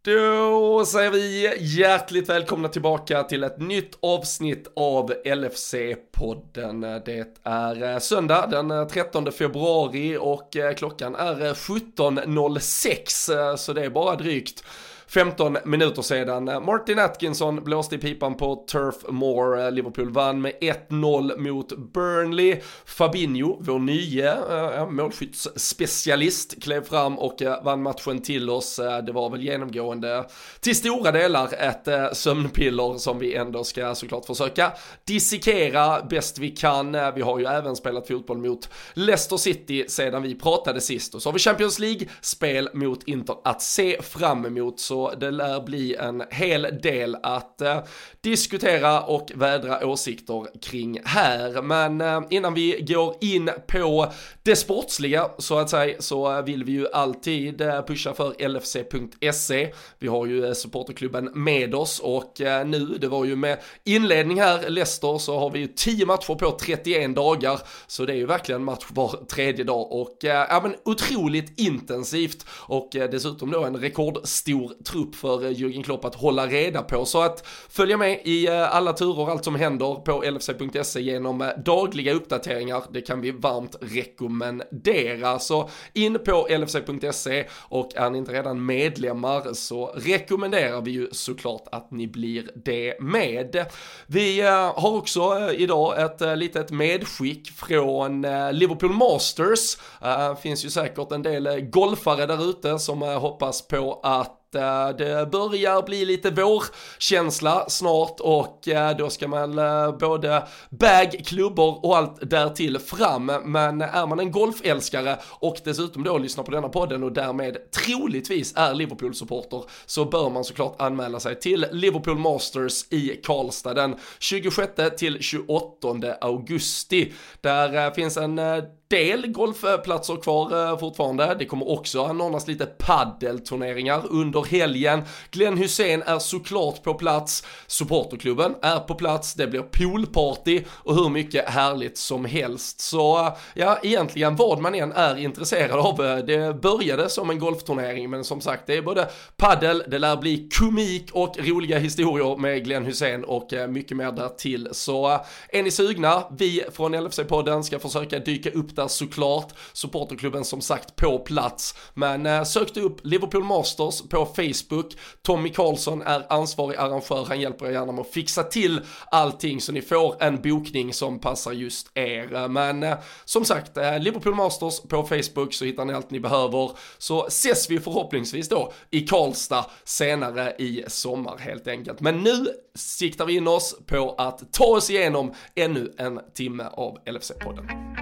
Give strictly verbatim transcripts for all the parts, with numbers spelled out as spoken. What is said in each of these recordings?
Då säger vi hjärtligt välkomna tillbaka till ett nytt avsnitt av L F C-podden. Det är söndag den trettonde februari och klockan är sjutton noll sex, så det är bara drygt femton minuter sedan Martin Atkinson blåste i pipan på Turf Moor. Liverpool vann med ett noll mot Burnley. Fabinho, vår nye äh, målskyttsspecialist, klev fram och äh, vann matchen till oss. Det var väl genomgående till stora delar ett äh, sömnpiller som vi ändå ska såklart försöka dissekera bäst vi kan. Vi har ju även spelat fotboll mot Leicester City sedan vi pratade sist. Och så har vi Champions League-spel mot Inter att se fram emot. Så det lär bli en hel del att eh, diskutera och vädra åsikter kring här. Men eh, innan vi går in på det sportsliga så att säga, så vill vi ju alltid eh, pusha för L F C punkt se. Vi har ju eh, supporterklubben med oss och eh, nu, det var ju med inledning här, Leicester, så har vi ju tio matcher på trettioen dagar. Så det är ju verkligen match var tredje dag och eh, ja, men otroligt intensivt och eh, dessutom då en rekordstor trupp för Jürgen Klopp att hålla reda på, så att följa med i alla turer, allt som händer på L F C punkt se genom dagliga uppdateringar, det kan vi varmt rekommendera. Så in på L F C punkt se, och är ni inte redan medlemmar så rekommenderar vi ju såklart att ni blir det med. Vi har också idag ett litet medskick från Liverpool Masters. Det finns ju säkert en del golfare där ute som hoppas på att det börjar bli lite vårkänsla snart och då ska man både bag, klubbor och allt därtill fram. Men är man en golfälskare och dessutom då lyssnar på denna podden och därmed troligtvis är Liverpool-supporter, så bör man såklart anmäla sig till Liverpool Masters i Karlstad den tjugosjätte till tjugoåttonde augusti. Där finns en del golfplatser kvar fortfarande. Det kommer också anordnas lite paddelturneringar under helgen. Glenn Hussein är såklart på plats. Supporterklubben är på plats. Det blir poolparty och hur mycket härligt som helst. Så ja, egentligen vad man än är intresserad av. Det började som en golfturnering, men som sagt, det är både paddel, det lär bli komik och roliga historier med Glenn Hussein och mycket mer där till. Så är ni sugna? Vi från L F C-podden ska försöka dyka upp där såklart. Supporterklubben som sagt på plats. Men eh, sökte upp Liverpool Masters på Facebook. Tommy Karlsson är ansvarig arrangör. Han hjälper er gärna med att fixa till allting så ni får en bokning som passar just er. Men eh, som sagt, eh, Liverpool Masters på Facebook, så hittar ni allt ni behöver. Så ses vi förhoppningsvis då i Karlstad senare i sommar helt enkelt. Men nu siktar vi in oss på att ta oss igenom ännu en timme av L F C-podden.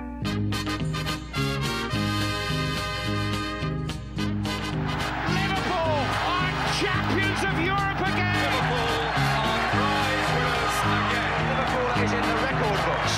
Champions of Europe again! Liverpool are prize winners again. Liverpool is in the record books.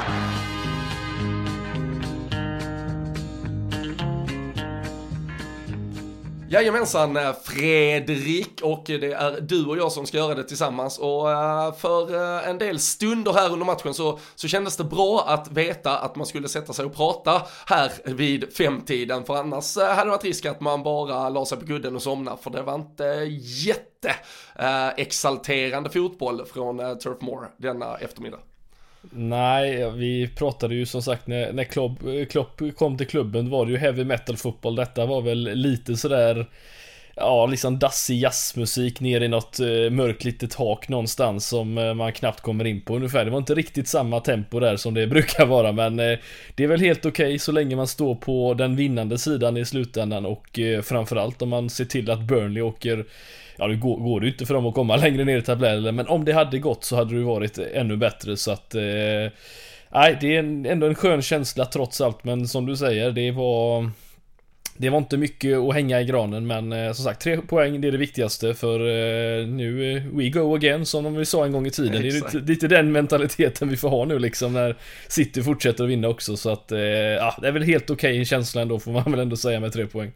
Jajamensan Fredrik, och det är du och jag som ska göra det tillsammans, och för en del stunder här under matchen så, så kändes det bra att veta att man skulle sätta sig och prata här vid femtiden, för annars hade det varit risk att man bara la sig på kudden och somna, för det var inte jätte eh, exalterande fotboll från eh, Turf Moor denna eftermiddag. Nej, vi pratade ju som sagt när, när Klopp, Klopp kom till klubben var det ju heavy metal fotboll. Detta var väl lite sådär, ja, liksom dassig jazzmusik ner i något uh, mörkt litet tak någonstans som uh, man knappt kommer in på ungefär. Det var inte riktigt samma tempo där som det brukar vara, men uh, det är väl helt okej okay, så länge man står på den vinnande sidan i slutändan, och uh, framförallt om man ser till att Burnley åker. Ja, det går, går det inte för dem att komma längre ner i tabellen, men om det hade gått så hade det varit ännu bättre, så att eh, nej, det är en, ändå en skön känsla trots allt, men som du säger, det var det var inte mycket att hänga i granen, men eh, som sagt, tre poäng, det är det viktigaste, för eh, nu eh, we go again, som vi sa en gång i tiden. Exakt. Det är lite, lite den mentaliteten vi får ha nu liksom, när City fortsätter att vinna också, så att eh, ja, det är väl helt okej okay, känslan då, får man väl ändå säga, med tre poäng.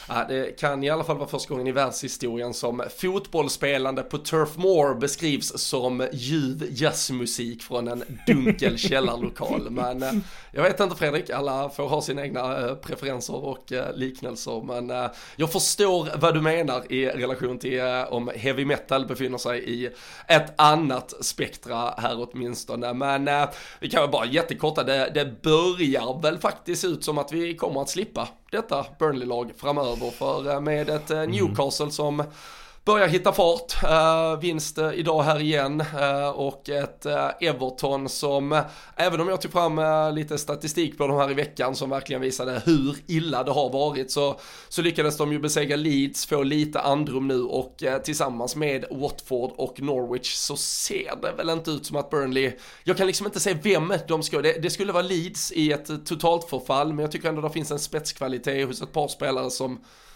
Ja, det kan i alla fall vara första gången i världshistorien som fotbollsspelande på Turf Moor beskrivs som ljuv jazzmusik från en dunkel källarlokal. Men eh, jag vet inte Fredrik, alla får ha sina egna eh, preferenser och eh, liknelser. Men eh, jag förstår vad du menar i relation till eh, om heavy metal befinner sig i ett annat spektra här åtminstone. Men eh, vi kan väl bara jättekorta, det, det börjar väl faktiskt ut som att vi kommer att slippa detta Burnley-lag framöver, för med ett Newcastle som börjar hitta fart, uh, vinst uh, idag här igen uh, och ett uh, Everton som, uh, även om jag tog fram uh, lite statistik på de här i veckan som verkligen visade hur illa det har varit, så, så lyckades de ju besegra Leeds, få lite andrum nu och uh, tillsammans med Watford och Norwich så ser det väl inte ut som att Burnley, jag kan liksom inte se vem de ska, det, det skulle vart Leeds i ett uh, totalt förfall, men jag tycker ändå det finns en spetskvalitet hos ett par spelare som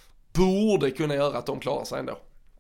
borde kunna göra att de klarar sig ändå.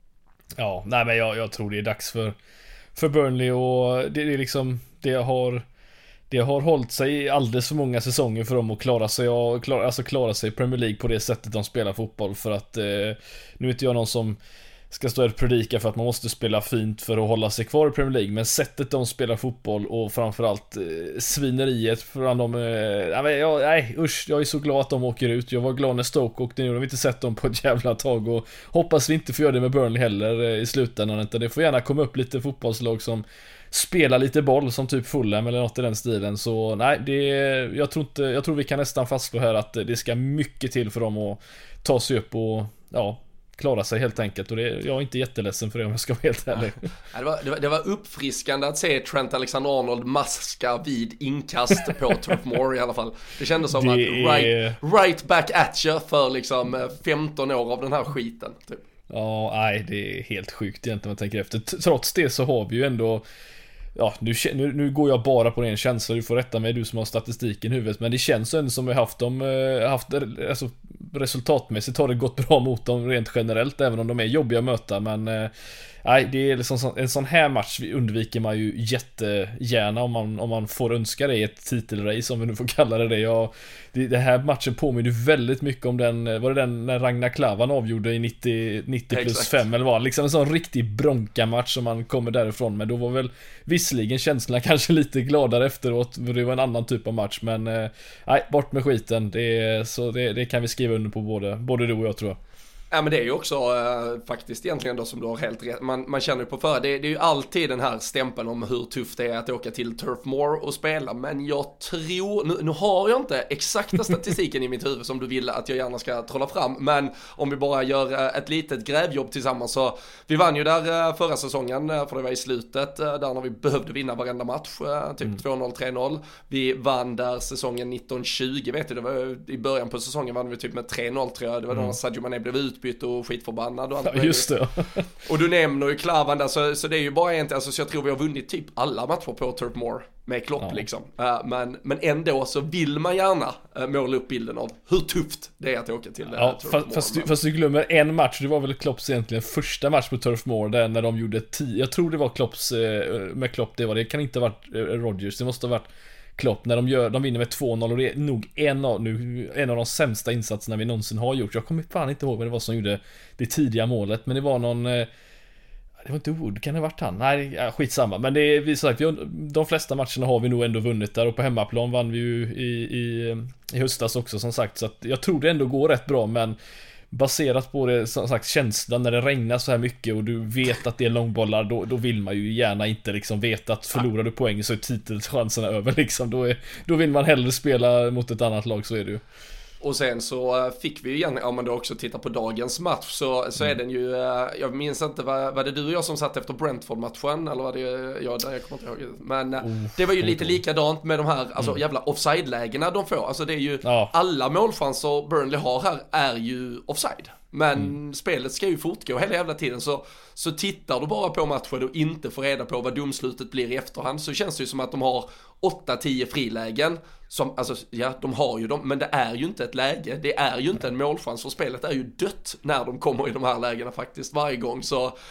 Ja, nej men jag, jag tror det är dags för, för Burnley, och det, det är liksom det har det har hållit sig alldeles för många säsonger för dem att klara sig, och klara, alltså klara sig i Premier League på det sättet de spelar fotboll, för att eh, nu är inte jag någon som ska stå och predika för att man måste spela fint för att hålla sig kvar i Premier League, men sättet de spelar fotboll och framförallt eh, svineriet från dem, eh, nej, jag, nej usch, jag är så glad att de åker ut. Jag var glad när Stoke åkte nu, de har inte sett dem på ett jävla tag, och hoppas vi inte får göra det med Burnley heller eh, i slutändan, utan det får gärna komma upp lite fotbollslag som spelar lite boll som typ Fulham eller något i den stilen. Så nej, det, jag tror inte, jag tror vi kan nästan fastslå här att det ska mycket till för dem att ta sig upp och ja, klara sig helt enkelt, och det, jag är inte jätteledsen för det om jag ska vara helt ärlig. Ja, det, var, det, var, det var uppfriskande att se Trent Alexander-Arnold maska vid inkast på Turf Moor i alla fall. Det kändes som det att är... right, right back at you för liksom femton år av den här skiten typ. Ja, nej, det är helt sjukt egentligen om man tänker efter. Trots det så har vi ju ändå, ja, nu, nu, nu går jag bara på en känsla, du får rätta mig, du som har statistiken i huvudet, men det känns ändå som vi har haft dem, haft, alltså resultatmässigt har det gått bra mot dem rent generellt, även om de är jobbiga att möta, men nej, det är liksom en sån här match undviker man ju jättegärna om man, om man får önska det i ett titelrace, om vi nu får kalla det det. Jag, det, det här matchen påminner väldigt mycket om den, var det den när Ragnar Klavan avgjorde i nittio, nittio plus fem eller vad, liksom en sån riktig bronka-match som man kommer därifrån, men då var väl visserligen känslorna kanske lite gladare efteråt, för det var en annan typ av match, men nej, bort med skiten, det, så det, det kan vi skriva under på både, både du och jag tror jag. Ja, men det är ju också äh, faktiskt egentligen då som du har helt rätt. Man, man känner ju på för det, det är ju alltid den här stämpeln om hur tufft det är att åka till Turf Moor och spela. Men jag tror, nu, nu har jag inte exakta statistiken i mitt huvud som du vill att jag gärna ska trolla fram. Men om vi bara gör äh, ett litet grävjobb tillsammans, så vi vann ju där äh, förra säsongen, äh, för det var i slutet, äh, där när vi behövde vinna varenda match, äh, typ mm. två noll, tre noll. Vi vann där säsongen nitton tjugo, vet du, det var i början på säsongen vann vi typ med tre noll tror jag. Det var mm. då Sadio Mané blev ut utbytt och skitförbannad och allt. Ja, just det. Och du nämner ju Klavan där, så, så det är ju bara egentligen, alltså, så jag tror vi har vunnit typ alla matcher på Turf Moor med Klopp, ja. liksom. Uh, men, men ändå så vill man gärna uh, måla upp bilden av hur tufft det är att åka till uh, ja, Turf fast, Moor. Fast, du, fast du glömmer en match, det var väl Klopps egentligen första match på Turf Moor där när de gjorde tio, jag tror det var Klopps uh, med Klopp, det var det, kan inte ha varit uh, Rodgers, det måste ha varit Klopp, när de, gör, de vinner med två noll, och det är nog en av, nu, en av de sämsta insatserna vi någonsin har gjort. Jag kommer fan inte ihåg vad det var som gjorde det tidiga målet, men det var någon, det var inte Wood, kan det ha varit han? Nej, ja, skitsamma, men det är, vi sagt, vi har, de flesta matcherna har vi nog ändå vunnit där, och på hemmaplan vann vi ju i, i, i höstas också som sagt, så att jag tror det ändå går rätt bra, men baserat på det, som sagt, känslan när det regnar så här mycket och du vet att det är långbollar, då, då vill man ju gärna inte liksom veta att förlorar du poäng så är titelchanserna över liksom, då, är, då vill man hellre spela mot ett annat lag, så är det ju. Och sen så fick vi ju igen, om man då också tittar på dagens match, så, så är den ju, jag minns inte, var, var det du och jag som satt efter Brentford-matchen, eller var det jag där, jag kommer inte ihåg. Men oh, det var ju lite likadant med de här, alltså mm. jävla offside-lägena de får. Alltså det är ju, ja. alla målchanser Burnley har här är ju offside. Men mm. spelet ska ju fortgå hela jävla tiden, så, så tittar du bara på matchen och inte får reda på vad domslutet blir i efterhand, så känns det ju som att de har åtta tio frilägen som, alltså ja, de har ju dem, men det är ju inte ett läge, det är ju inte en målchans, och spelet är ju dött när de kommer i de här lägena faktiskt varje gång, så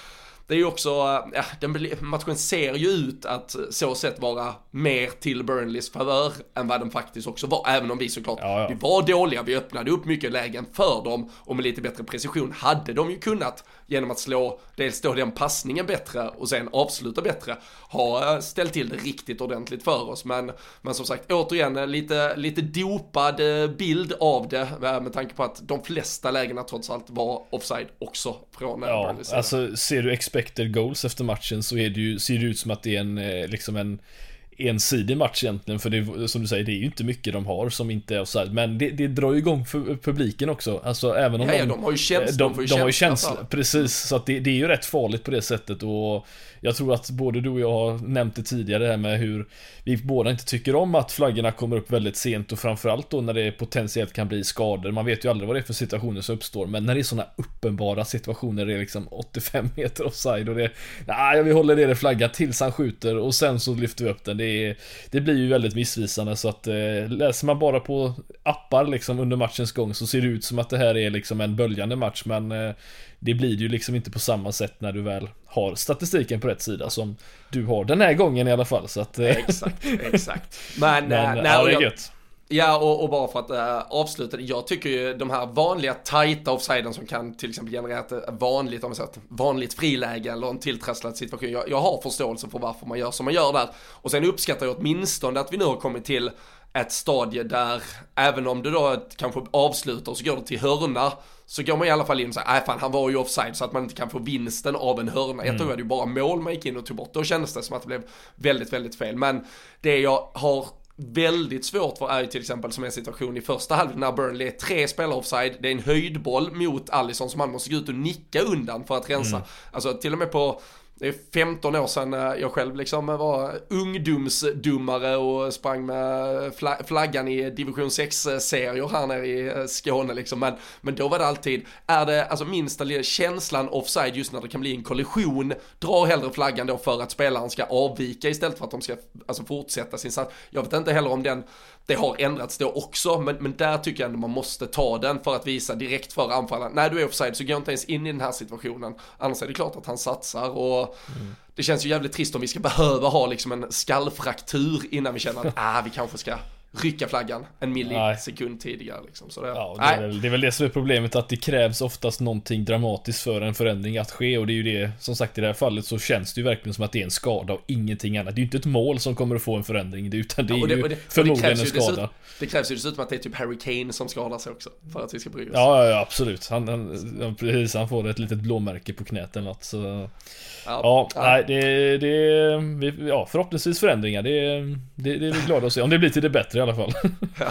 det är ju också, ja, den matchen ser ju ut att så sett vara mer till Burnleys favör än vad den faktiskt också var, även om vi såklart, ja, ja. vi var dåliga, vi öppnade upp mycket lägen för dem och med lite bättre precision hade de ju kunnat, genom att slå dels då den passningen bättre och sen avsluta bättre, ha ställt till det riktigt ordentligt för oss, men, men som sagt, återigen lite, lite dopad bild av det med tanke på att de flesta lägena trots allt var offside också från ja, Burnleys. alltså ser du expected goals efter matchen så är det ju, ser det ut som att det är en, liksom en ensidig match egentligen, för det, som du säger, det är ju inte mycket de har som inte är offside, men det, det drar ju igång för publiken också, alltså även om ja, de, ja, de har ju känsla, de, de, de har ju känsla, precis, så att det, det är ju rätt farligt på det sättet, och jag tror att både du och jag har nämnt det tidigare, det här med hur vi båda inte tycker om att flaggorna kommer upp väldigt sent, och framförallt då när det potentiellt kan bli skador, man vet ju aldrig vad det är för situationer som uppstår, men när det är sådana uppenbara situationer, det är liksom åttiofem meter offside och det, nej, vi håller det i flaggan tills han skjuter och sen så lyfter vi upp den. Det är, det blir ju väldigt missvisande, så att eh, läser man bara på appar liksom under matchens gång så ser det ut som att det här är liksom en böljande match, men eh, det blir det ju liksom inte på samma sätt när du väl har statistiken på rätt sida som du har den här gången i alla fall, så att eh, exakt, exakt. Men, men äh, ja, det är jag, gött. Ja, och, och bara för att äh, avsluta det, jag tycker ju de här vanliga tajta offsiden som kan till exempel generera ett vanligt, om man säger, ett vanligt friläge eller en tilltrasslad situation, jag, jag har förståelse för varför man gör som man gör där, och sen uppskattar jag åtminstone att vi nu har kommit till ett stadie där, även om du då kanske avslutar och så går det till hörna, så går man i alla fall in och säger, nej fan, han var ju offside, så att man inte kan få vinsten av en hörna. Mm. Jag tror att det är bara mål man gick in och tog bort. Då kändes det som att det blev väldigt, väldigt fel. Men det jag har väldigt svårt för är ju till exempel som en situation i första halvlek när Burnley är tre spelare offside, det är en höjdboll mot Alisson som han måste gå ut och nicka undan för att rensa. Mm. Alltså till och med på, det är femton år sedan jag själv liksom var ungdomsdummare och sprang med flaggan i division sex-serier här nere i Skåne liksom. Men, men då var det alltid, är det alltså minsta lilla känslan offside just när det kan bli en kollision, dra hellre flaggan då för att spelaren ska avvika istället för att de ska alltså fortsätta sin sats. Jag vet inte heller om den, det har ändrats då också, men, men där tycker jag ändå man måste ta den för att visa direkt för anfallaren, när du är offside så går inte ens in i den här situationen, annars är det klart att han satsar. Och mm. det känns ju jävligt trist om vi ska behöva ha liksom en skallfraktur innan vi känner att ah, vi kanske ska rycka flaggan en millisekund tidigare liksom. Så det, ja, det, är väl, det är väl det som är problemet, att det krävs oftast någonting dramatiskt för en förändring att ske, och det är ju det, som sagt, i det här fallet så känns det ju verkligen som att det är en skada och ingenting annat. Det är ju inte ett mål som kommer att få en förändring, utan det är ja, och det, ju och det, förmodligen och det en skada. Dessutom, det krävs ju dessutom att det är typ Harry Kane som skadar sig också för att vi ska bry oss. Ja, ja, ja absolut. Han, han, precis, han får ett litet blåmärke på knät eller något, så ja, ja, ja. Nej, det, det vi, ja, förhoppningsvis förändringar. Det, det, det är vi glada att se. Om det blir till det bättre i alla fall. Ja,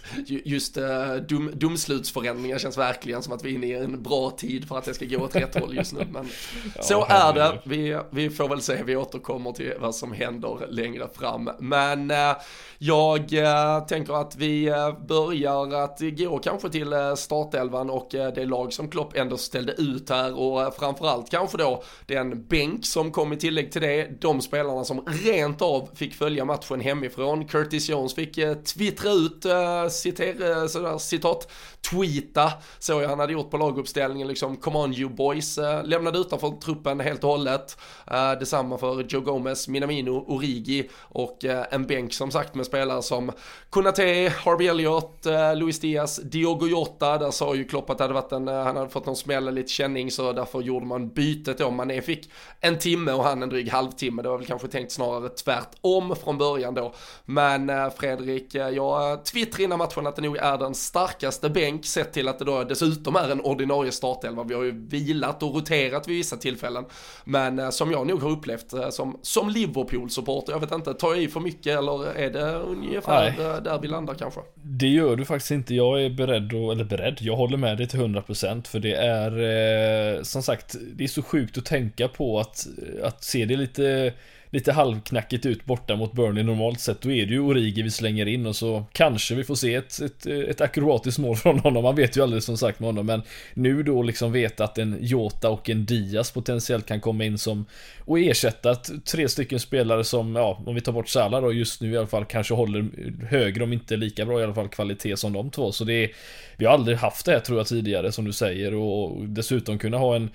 just uh, dum, dumslutsförändringar känns verkligen som att vi är inne i en bra tid för att det ska gå åt rätt håll just nu. Men ja, så är det. Vi, vi får väl se. Vi återkommer till vad som händer längre fram. Men uh, jag uh, tänker att vi uh, börjar att gå kanske till uh, startelvan och uh, det lag som Klopp ändå ställde ut här, och uh, framförallt kanske då den bänk som kom i tillägg till det, de spelarna som rent av fick följa matchen hemifrån. Curtis Jones fick uh, twittra ut, uh, citer, uh, sådär, citat, tweeta, så jag han hade gjort på laguppställningen liksom, come on you boys, uh, lämnade utanför truppen helt och hållet. Uh, detsamma för Joe Gomez, Minamino, Origi och uh, en bänk som sagt med spelare som Konate, Harvey Elliott, uh, Luis Diaz, Diogo Jota. Där sa ju Klopp att det hade varit en, uh, han hade fått någon smäll, lite känning, så därför gjorde man bytet då. Man fick en timme och han en dryg halvtimme. Det var väl kanske tänkt snarare tvärtom från början då. Men uh, Fredrik, uh, jag twittrar innan matchen att det nog är den starkaste bänk, sett till att det då dessutom är en ordinarie startelva. Vi har ju vilat och roterat vid vissa tillfällen, men uh, som jag nog har upplevt uh, som, som Liverpool-supporter, jag vet inte, tar jag i för mycket eller är det ungefär uh, där vi landar kanske? Det gör du faktiskt inte. Jag är beredd, och, eller beredd, jag håller med dig till hundra procent, för det är eh, som sagt, det är så sjukt att tänka på att, att se det lite lite halvknackigt ut borta mot Burnley normalt sett. Då är det ju Origi vi slänger in, och så kanske vi får se ett, ett, ett akrobatiskt mål från honom. Man vet ju aldrig som sagt med honom, men nu då liksom veta att en Jota och en Diaz potentiellt kan komma in som och ersätta tre stycken spelare som, ja, om vi tar bort Salah då, just nu i alla fall kanske håller högre, om inte lika bra i alla fall kvalitet som de två. Så det är, vi har aldrig haft det här tror jag tidigare, som du säger, och dessutom kunna ha en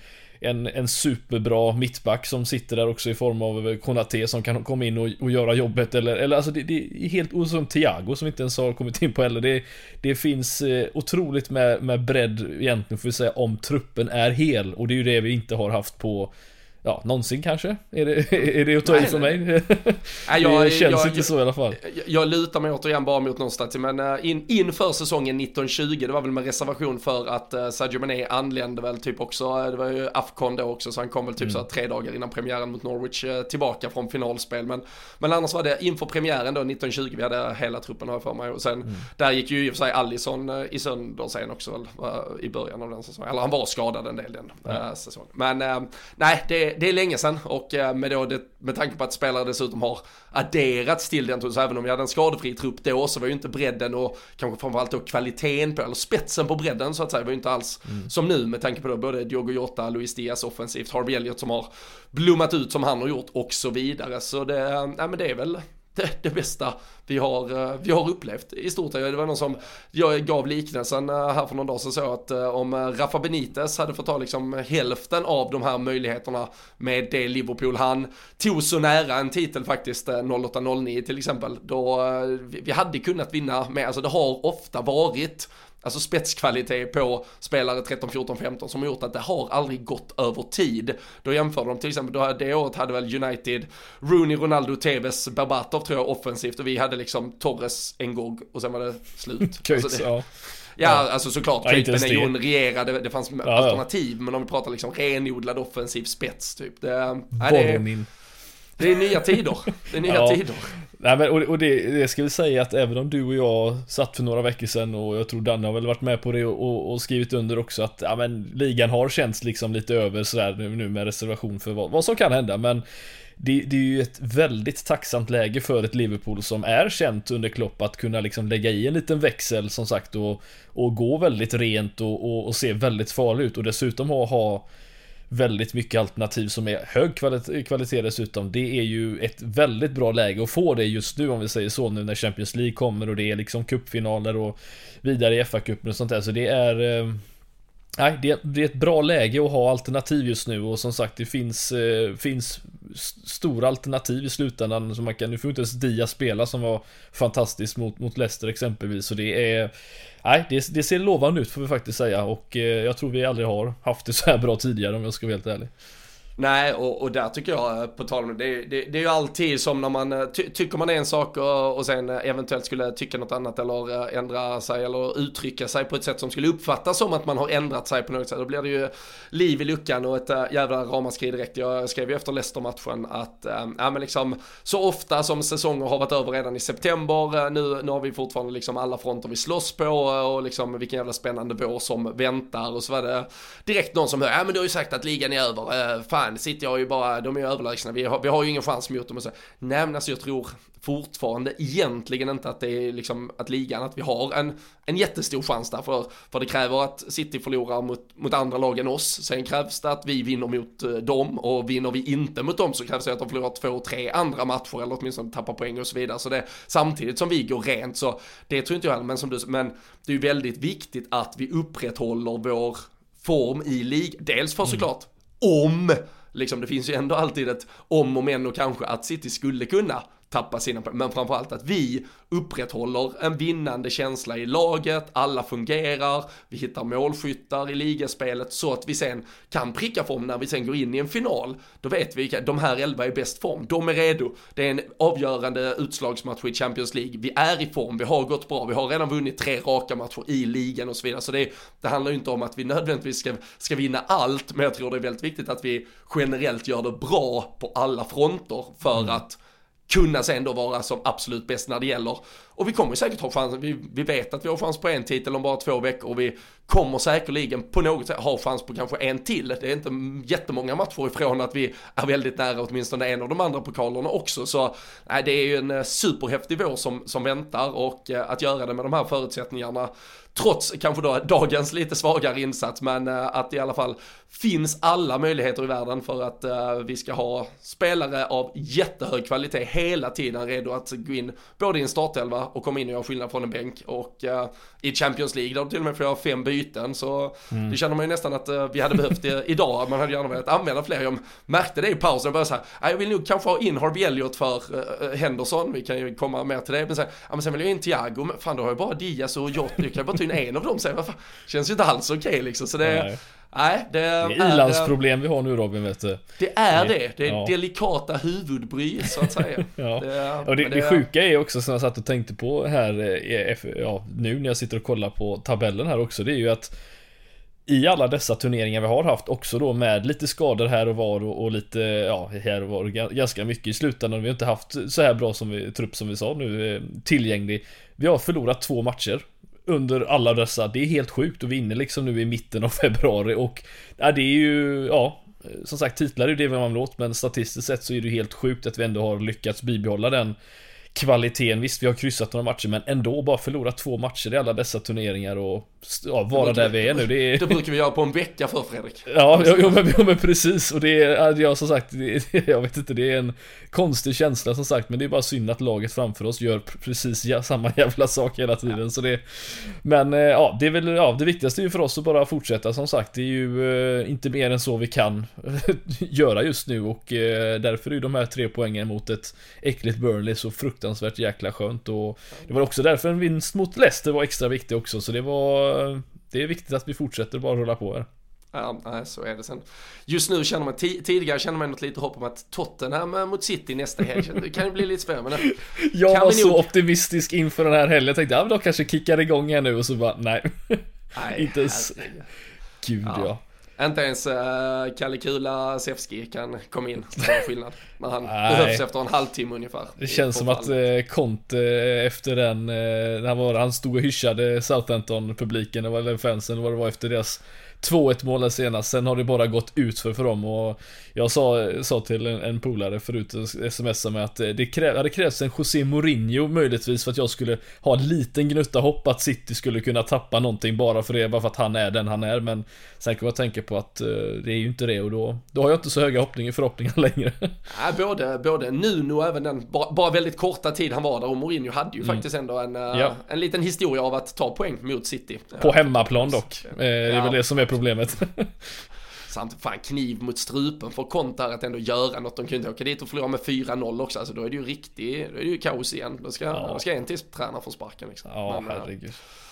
en, en superbra mittback som sitter där också i form av Konaté som kan komma in och, och göra jobbet, eller, eller alltså det, det är helt osömt. Thiago som inte ens har kommit in på heller. Det, det finns eh, otroligt med, med bredd egentligen, får vi säga, om truppen är hel, och det är ju det vi inte har haft på, ja, någonsin kanske. Är det, är det att ta i för mig? Nej, jag, det känns jag, inte jag, så i alla fall. Jag, jag lutar mig återigen bara mot någonstans, men in, inför säsongen nitton tjugo, det var väl med reservation för att uh, Sadio Mané anlände väl typ också, det var ju Afcon då också, så han kom väl typ mm. så här, tre dagar innan premiären mot Norwich uh, tillbaka från finalspel, men, men annars var det inför premiären då nitton tjugo, vi hade hela truppen här för mig, och sen mm. där gick ju i och för sig Alisson uh, i sönder sen också väl, uh, i början av den säsongen, eller han var skadad en del den uh, mm. säsongen, men uh, nej, det det är länge sedan, och med, då det, med tanke på att spelare dessutom har adderats till den, så även om vi hade en skadefri trupp då, så var ju inte bredden och kanske framförallt då kvaliteten på, eller spetsen på bredden så att säga, var ju inte alls mm. som nu, med tanke på då både Diogo Jota, Luis Diaz offensivt, Harvey Elliott som har blommat ut som han har gjort och så vidare, så det, nej, men det är väl Det, det bästa vi har, vi har upplevt i stort. Det var någon som jag gav liknelsen här för någon dag, så så att om Rafa Benitez hade fått ta liksom hälften av de här möjligheterna med det Liverpool han tog så nära en titel faktiskt, noll åtta noll nio till exempel, då vi hade kunnat vinna med, alltså det har ofta varit alltså spetskvalitet på spelare tretton, fjorton, femton som har gjort att det har aldrig gått över tid. Då jämför de till exempel, då det året hade väl United Rooney, Ronaldo, Tevez, Berbatov tror jag offensivt, och vi hade liksom Torres, Engog och sen var det slut. Köjts, alltså det, ja. Ja, alltså såklart, ja, Kate Benayoun regerade, det, det fanns ja, alternativ, ja. Men om vi pratar liksom renodlad offensiv spets typ. Det, nej, det, är, det är nya tider. Det är nya ja. tider. Nej, men, och och det, det ska vi säga att även om du och jag satt för några veckor sedan, och jag tror Danne har väl varit med på det och, och, och skrivit under också, att ja, men, ligan har känts liksom lite över sådär nu, nu med reservation för vad, vad som kan hända, men det, det är ju ett väldigt tacksamt läge för ett Liverpool som är känt under Klopp att kunna liksom lägga i en liten växel som sagt, och, och gå väldigt rent och, och, och se väldigt farligt ut, och dessutom ha, ha väldigt mycket alternativ som är hög kvalitet, kvalitet dessutom. Det är ju ett väldigt bra läge att få det just nu, om vi säger så, nu när Champions League kommer och det är liksom cupfinaler och vidare i F A-cupen och sånt där, så det är eh, nej, det, det är ett bra läge att ha alternativ just nu, och som sagt det finns, eh, finns stora alternativ i slutändan som man kan, nu får inte ens Dia spela som var fantastiskt mot, mot Leicester exempelvis, så det är nej, det, det ser lovande ut får vi faktiskt säga, och eh, jag tror vi aldrig har haft det så här bra tidigare om jag ska vara helt ärlig. Nej, och, och där tycker jag, på tal om det, det, det är ju alltid som när man ty, tycker man en sak och, och sen eventuellt skulle tycka något annat eller ändra sig eller uttrycka sig på ett sätt som skulle uppfattas som att man har ändrat sig på något sätt. Då blir det ju liv i luckan och ett äh, jävla ramaskri direkt. Jag skrev ju efter Leicester-matchen att äh, ja, men liksom, så ofta som säsonger har varit över redan i september, nu, nu har vi fortfarande liksom alla fronter vi slåss på, och liksom vilken jävla spännande vår som väntar, och så var det direkt någon som hör, ja men du har ju sagt att ligan är över, äh, fan sitter jag ju bara, de är ju överlägsna, vi har, vi har ju ingen chans mot dem och så. Nej, men alltså jag tror fortfarande egentligen inte att det är liksom att ligan, att vi har en, en jättestor chans där, för, för det kräver att City förlorar mot, mot andra lag än oss, sen krävs det att vi vinner mot uh, dem, och vinner vi inte mot dem så krävs det att de förlorar två, tre andra matcher eller åtminstone tappar poäng och så vidare, så det samtidigt som vi går rent, så det tror inte jag, men som du, men det är ju väldigt viktigt att vi upprätthåller vår form i lig, dels för såklart om liksom, det finns ju ändå alltid ett om och men och kanske att City skulle kunna tappa sina, men framförallt att vi upprätthåller en vinnande känsla i laget, alla fungerar, vi hittar målskyttar i ligaspelet så att vi sen kan pricka form när vi sen går in i en final. Då vet vi att de här elva är i bäst form, de är redo, det är en avgörande utslagsmatch i Champions League, vi är i form, vi har gått bra, vi har redan vunnit tre raka matcher i ligan och så vidare, så det, det handlar ju inte om att vi nödvändigtvis ska, ska vinna allt, men jag tror det är väldigt viktigt att vi generellt gör det bra på alla fronter för mm. att kunna sen då vara som absolut bäst när det gäller. Och vi kommer säkert ha chans, vi, vi vet att vi har chans på en titel om bara två veckor, och vi kommer säkerligen på något sätt ha chans på kanske en till. Det är inte jättemånga matcher ifrån att vi är väldigt nära åtminstone en av de andra pokalerna också, så nej, det är ju en superhäftig vår som, som väntar, och eh, att göra det med de här förutsättningarna trots kanske då dagens lite svagare insats, men uh, att det i alla fall finns alla möjligheter i världen för att uh, vi ska ha spelare av jättehög kvalitet hela tiden redo att gå in både i en startelva spela och komma in och göra skillnad från en bänk. Och uh, i Champions League där de till och med får göra fem byten, så mm. det känner man ju nästan att uh, vi hade behövt det idag. Man hade gärna velat använda fler. Jag märkte det i pausen och började säga, jag vill nog kanske ha in Harvey Elliott för uh, Henderson, vi kan ju komma mer till det. Men sen, ja, men sen vill jag in Thiago, men fan då har jag bara Diaz och Jota, jag kan bara ta in en av dem. Så vad fan, känns ju inte alls okej okay, liksom. Så det, nej. Nej, det, det är ilandsproblem vi har nu, Robin, vet du. Det är det, det är ja. delikata huvudbry så att säga. Ja. Det, och det, det, det sjuka är också, som jag satt och tänkte på här ja, nu när jag sitter och kollar på tabellen här också, det är ju att i alla dessa turneringar vi har haft, också då med lite skador här och var och, och lite, ja, här och var ganska mycket i slutändan. Vi har inte haft så här bra som vi, trupp som vi sa nu tillgänglig. Vi har förlorat två matcher under alla dessa, det är helt sjukt, och vi är inne liksom nu i mitten av februari och ja, det är ju, ja, som sagt, titlar är ju det man vill åt, men statistiskt sett så är det helt sjukt att vi ändå har lyckats bibehålla den kvaliteten. Visst, vi har kryssat några matcher, men ändå bara förlorat två matcher i alla dessa turneringar och ja, vara där vi är nu. Det, är... det brukar vi göra på en vecka för Fredrik. Ja, ja, men, ja men precis. Och det är, jag som sagt, det, jag vet inte, det är en konstig känsla som sagt, men det är bara synd att laget framför oss gör precis ja, samma jävla sak hela tiden. Ja. Så det, men ja, det är väl, ja, det viktigaste är ju för oss att bara fortsätta, som sagt. Det är ju eh, inte mer än så vi kan göra just nu, och eh, därför är ju de här tre poängen mot ett äckligt Burnley så fruktansvärt jäkla skönt. Och det var också därför en vinst mot Leicester var extra viktig också, så det var, det är viktigt att vi fortsätter bara rulla på här. Ja, nej, så är det sen. Just nu känner man, t- tidigare känner man något lite hopp om att Tottenham mot City nästa helg, det kan ju bli lite spännande. Men jag var så nog... optimistisk inför den här helgen. Jag tänkte, ja, de kanske kickar igång här nu, och så bara, nej. nej inte ens. Gud, ja. ja. Inte ens uh, Kalle Kula Sefski kan komma in som skillnad. Men han nej. behövs efter en halvtimme ungefär. Det känns som att uh, Conte uh, efter den uh, han, var, han stod och hyschade Southampton-publiken, eller fansen, vad det var efter deras två ett mål senast. Sen har det bara gått ut för, för dem. Och jag sa, sa till en, en polare förut, smsade med att det krä, hade krävts en José Mourinho möjligtvis för att jag skulle ha en liten gnutta hopp att City skulle kunna tappa någonting bara för det, bara för att han är den han är. Men sen kan jag tänka på att uh, det är ju inte det, och då, då har jag inte så höga hoppningar förhoppningar längre. Ja, både, både Nuno och även den bara, bara väldigt korta tid han var där, och Mourinho hade ju mm. faktiskt ändå en, uh, ja. en liten historia av att ta poäng mot City. På hemmaplan dock. Eh, det är ja. väl det som är problemet. Samt fan kniv mot strupen för Conte att ändå göra något. De kunde åka dit och förlora med fyra noll också. Alltså då är det ju riktigt, då är det ju kaos igen. Då ska, ja. då ska en till träna för sparken liksom. Ja, men, herregud.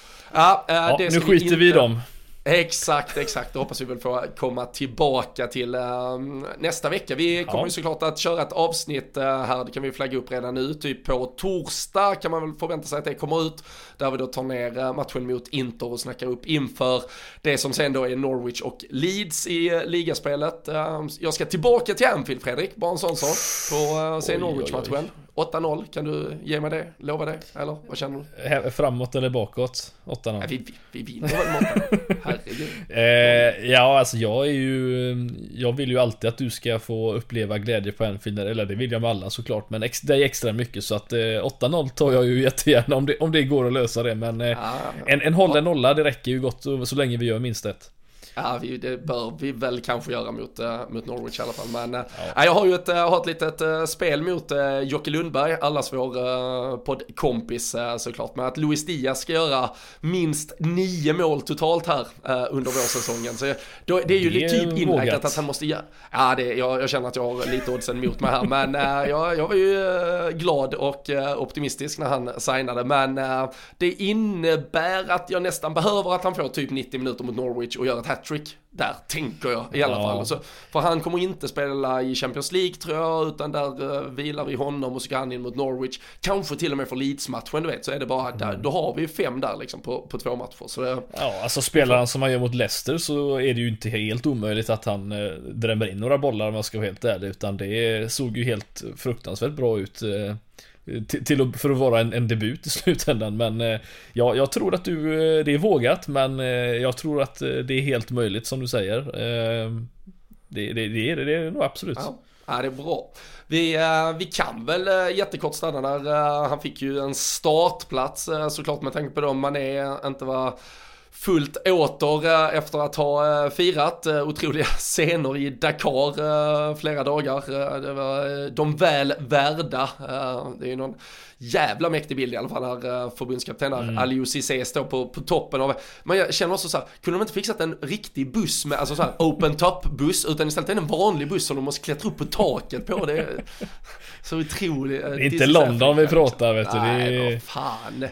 Ja, äh, ja, det nu skiter vi, inte... vi i dem. Exakt, exakt. Då hoppas vi väl få komma tillbaka till um, nästa vecka. Vi kommer ja. ju såklart att köra ett avsnitt uh, här, det kan vi flagga upp redan nu. Typ på torsdag kan man väl förvänta sig att det kommer ut. Där vi då tar ner uh, matchen mot Inter och snackar upp inför det som sen då är Norwich och Leeds i uh, ligaspelet. Uh, jag ska tillbaka till Anfield, Fredrik. Bara en sån sak på uh, se Norwich-matchen. åtta noll, kan du ge mig det? Lova det? Eller vad känner du? Framåt eller bakåt? åtta noll. Nej, vi, vi vinner väl mot herregud. Eh, ja, alltså jag är ju jag vill ju alltid att du ska få uppleva glädje på Anfield, eller det vill jag med alla såklart, men ex, det är extra mycket, så att eh, åtta noll tar jag ju jättegärna om det, om det går att lösa det, men eh, ah, en, en hållen nolla, det räcker ju gott så, så länge vi gör minst ett. Ja, vi, det bör vi väl kanske göra mot, uh, mot Norwich i alla fall. Men uh, ja. jag har ju ett, uh, har ett litet uh, spel mot uh, Jocke Lundberg, allas vår uh, poddkompis uh, såklart. Med att Luis Diaz ska göra minst nio mål totalt här uh, under vårsäsongen. Så då, det är ju det är typ inräknat att han måste göra. Ja, det, jag, jag känner att jag har lite oddsen mot mig här. Men uh, jag, jag var ju uh, glad och uh, optimistisk när han signade. Men uh, det innebär att jag nästan behöver att han får typ nittio minuter mot Norwich och gör ett hattrick där, tänker jag i alla ja. fall. Så, för han kommer inte spela i Champions League tror jag, utan där uh, vilar vi honom och så går han in mot Norwich. Kanske till och med för Leeds-matchen, du vet, så är det bara mm. där. Då har vi fem där liksom på, på två matcher. Så det, ja, alltså spelar han som han gör mot Leicester så är det ju inte helt omöjligt att han uh, drämmer in några bollar om man ska vara helt ärlig, utan det såg ju helt fruktansvärt bra ut uh. Till, till för att vara en, en debut i slutändan. Men eh, ja, jag tror att du eh, det är vågat, men eh, jag tror att eh, det är helt möjligt som du säger. Eh, det, det, det, är, det är nog absolut. Ja, ja, det är bra. Vi, eh, vi kan väl eh, jättekort stanna där. Eh, han fick ju en startplats eh, såklart med tanke på dem man är inte var fullt åter efter att ha firat otroliga scener i Dakar flera dagar. Det var de väl värda. Det är ju någon jävla mäktig bild i alla fall här. Förbundskapten mm. Aliou Cissé står på, på toppen av. Men jag känner också så här, kunde de inte fixat en riktig buss med, alltså så här open top buss, utan istället är det en vanlig buss som de måste klättra upp på taket på. Det är så otroligt. Det är inte London vi pratar, vet du. Nej, det är... vad fan.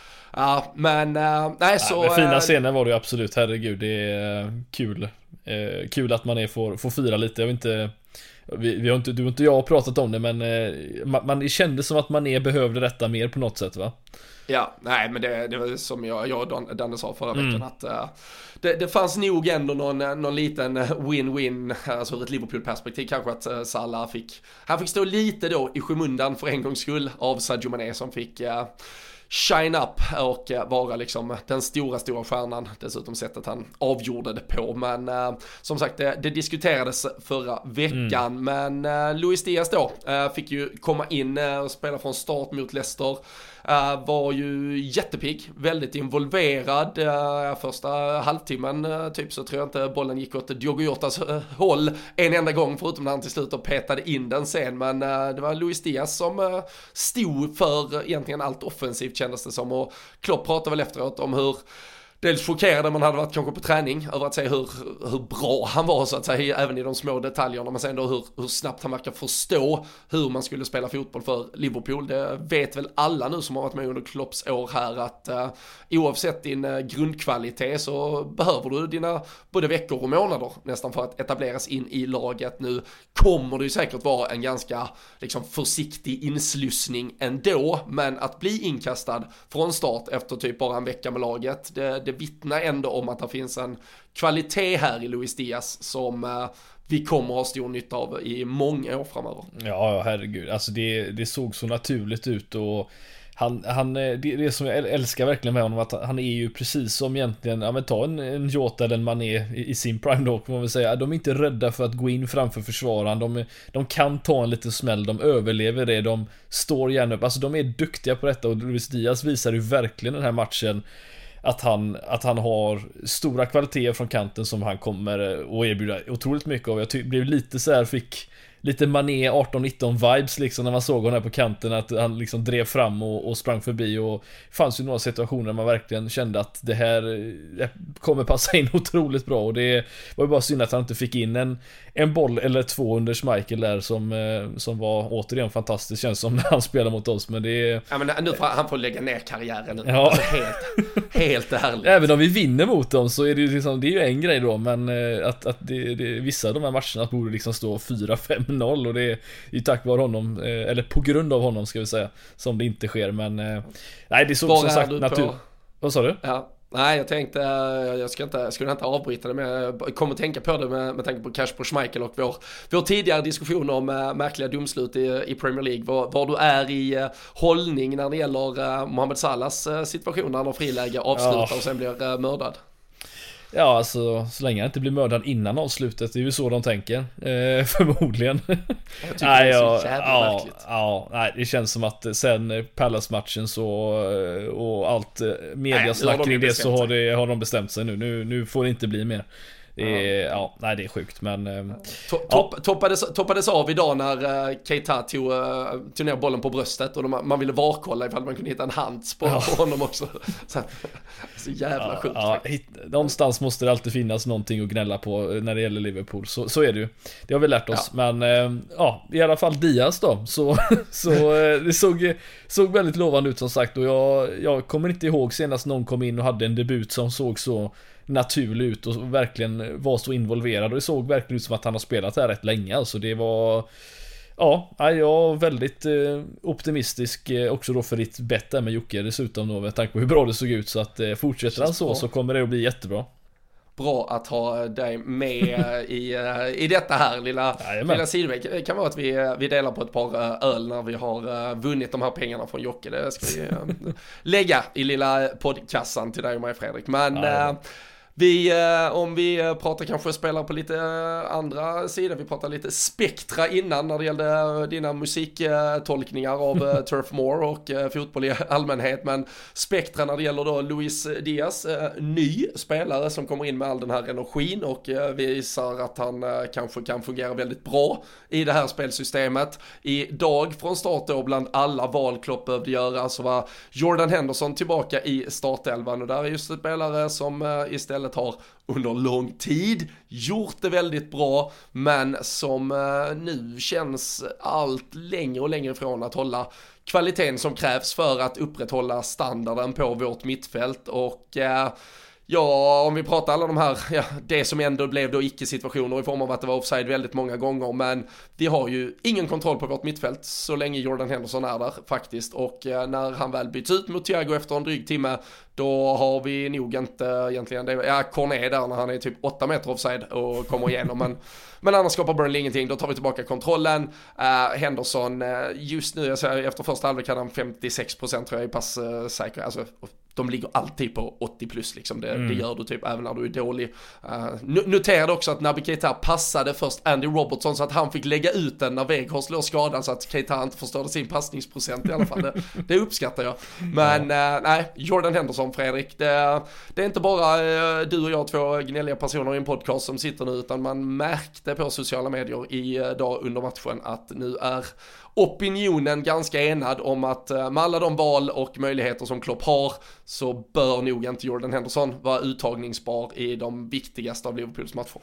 Ja, men uh, nej så... Ja, fina scener var det ju absolut, herregud, det är uh, kul. Uh, kul att man är får, får fira lite, jag vet inte... Vi, vi har inte, du och inte jag har pratat om det, men uh, man, man kände som att man är behövde detta mer på något sätt, va? Ja, nej men det, det var som jag, jag och Danne sa förra veckan, mm. att uh, det, det fanns nog ändå någon, någon liten win-win, alltså ur ett Liverpool-perspektiv kanske, att uh, Salah fick, han fick stå lite då i skymundan för en gångs skull av Sadio Mané som fick... Uh, shine up och vara liksom den stora, stora stjärnan. Dessutom sättet han avgjorde det på. Men uh, som sagt, det, det diskuterades förra veckan. Mm. Men uh, Luis Diaz då uh, fick ju komma in uh, och spela från start mot Leicester. Uh, var ju jättepigg, väldigt involverad. Uh, första halvtimmen uh, typ så tror jag inte bollen gick åt Diogo Jotas uh, håll en enda gång, förutom när han till slut petade in den sen. Men uh, det var Luis Diaz som uh, stod för uh, egentligen allt offensivt, kändes det som. Och Klopp pratade väl efteråt om hur dels chockerade man hade varit kanske på träning över att se hur, hur bra han var, så att säga, även i de små detaljerna, men sen då hur, hur snabbt han verkar förstå hur man skulle spela fotboll för Liverpool. Det vet väl alla nu som har varit med under Klopps år här, att uh, oavsett din uh, grundkvalitet så behöver du dina både veckor och månader nästan för att etableras in i laget. Nu kommer det ju säkert vara en ganska liksom försiktig inslussning ändå, men att bli inkastad från start efter typ bara en vecka med laget, det Det vittnar ändå om att det finns en kvalitet här i Luis Diaz som uh, vi kommer att ha stor nytta av i många år framöver. Ja, herregud. Alltså det, det såg så naturligt ut, och han, han, det, det som jag älskar verkligen med honom, att han är ju precis som egentligen, ja men ta en, en Jota eller en Mané i, i sin prime då, kan man väl säga. De är inte rädda för att gå in framför försvararen, de, de kan ta en liten smäll, de överlever det, de står gärna upp, alltså de är duktiga på detta, och Luis Diaz visar ju verkligen den här matchen att han, att han har stora kvaliteter från kanten som han kommer att erbjuda otroligt mycket av. Jag ty- blev lite så här, fick lite Mané arton nitton vibes liksom när man såg honom här på kanten, att han liksom drev fram och, och sprang förbi, och det fanns ju några situationer där man verkligen kände att det här kommer passa in otroligt bra, och det var ju bara synd att han inte fick in en, en boll eller två under Schmeichel där som, som var återigen fantastiskt, känns som när han spelar mot oss, men det är... Ja, men nu får han får lägga ner karriären nu. Ja. Alltså helt, helt ärligt. Även om vi vinner mot dem så är det ju liksom, det är ju en grej då, men att, att det, det, vissa av de här matcherna borde liksom stå fyra fem noll, och det är ju tack vare honom, eller på grund av honom ska vi säga, som det inte sker, men nej, det är så, som sagt natur. Vad sa du? Ja. Nej, jag tänkte, jag ska inte, jag skulle inte avbryta det, men jag kommer att tänka på det med, med tanke på Kasper Schmeichel och vår, vår tidigare diskussion om äh, märkliga domslut i, i Premier League. Var, var du är i äh, hållning när det gäller äh, Mohamed Salahs äh, situation när han har friläge, avslutar ja. och sen blir äh, mördad. Ja, alltså så länge han inte blir mördad innan avslutet, det är ju så de tänker, eh, förmodligen. Jag tycker nej, det är så ja, jävla ja, märkligt. Ja, nej, det känns som att sen Palace-matchen så, och allt mediasnack kring det, så har, det, har de bestämt sig nu. Nu, nu får det inte bli mer. Det är, ja. ja, nej, det är sjukt, men to- topp, ja. toppades, toppades av idag när uh, Keita tog, uh, tog ner bollen på bröstet, och de, man ville varkolla ifall man kunde hitta en hands på, ja. på honom också. Så, så jävla ja, sjukt. Ja, hit, någonstans måste det alltid finnas någonting att gnälla på när det gäller Liverpool, så, så är det ju. Det har vi lärt oss, ja. men uh, ja, i alla fall Diaz då, så, så uh, det såg, såg väldigt lovande ut som sagt, och jag, jag kommer inte ihåg senast någon kom in och hade en debut som såg så naturlig ut och verkligen var så involverad, och det såg verkligen ut som att han har spelat här rätt länge, alltså det var, ja, jag är väldigt eh, optimistisk eh, också då för ditt bett där med Jocke dessutom då, med tanke på hur bra det såg ut, så att eh, fortsätter han så så kommer det att bli jättebra. Bra att ha dig med i, i detta här lilla, lilla sidoväg. Det kan vara att vi, vi delar på ett par öl när vi har vunnit de här pengarna från Jocke. Det ska vi lägga i lilla poddkassan till dig och mig, Fredrik. Men, ja, Vi, eh, om vi eh, pratar kanske spelar på lite eh, andra sidor, vi pratar lite spektra innan när det gällde eh, dina musiktolkningar av eh, Turf Moor och eh, fotboll i allmänhet, men spektra när det gäller då Luis Diaz, eh, ny spelare som kommer in med all den här energin och eh, visar att han eh, kanske kan fungera väldigt bra i det här spelsystemet. Idag från start då, bland alla val Klopp behövde göra, så var Jordan Henderson tillbaka i startelvan, och där är just ett spelare som eh, istället har under lång tid gjort det väldigt bra, men som eh, nu känns allt längre och längre ifrån att hålla kvaliteten som krävs för att upprätthålla standarden på vårt mittfält. Och eh, ja, om vi pratar alla de här, ja, det som ändå blev då icke-situationer i form av att det var offside väldigt många gånger, men vi har ju ingen kontroll på vårt mittfält så länge Jordan Henderson är där faktiskt, och eh, när han väl byts ut mot Thiago efter en dryg timme, då har vi nog inte egentligen det. Ja, Cornet där när han är typ åtta meter offside och kommer igenom, men, men annars skapar Burnley ingenting. Då tar vi tillbaka kontrollen. uh, Henderson, uh, just nu, jag säger, efter första halvlek hade han femtiosex procent tror jag i passsäker, uh, alltså de ligger alltid på åttio plus liksom, det, mm. det gör du typ även när du är dålig. uh, Noterade också att Naby Keita passade först Andy Robertson så att han fick lägga ut den när Weghorst låg skadad, så att Keita inte förstörde sin passningsprocent i alla fall. det, det uppskattar jag. Men ja. uh, nej, Jordan Henderson, Fredrik, det, det är inte bara uh, du och jag, två gnälliga personer i en podcast som sitter nu, utan man märkte på sociala medier idag under matchen att nu är opinionen ganska enad om att uh, med alla de val och möjligheter som Klopp har, så bör nog inte Jordan Henderson vara uttagningsbar i de viktigaste av Liverpools matcher.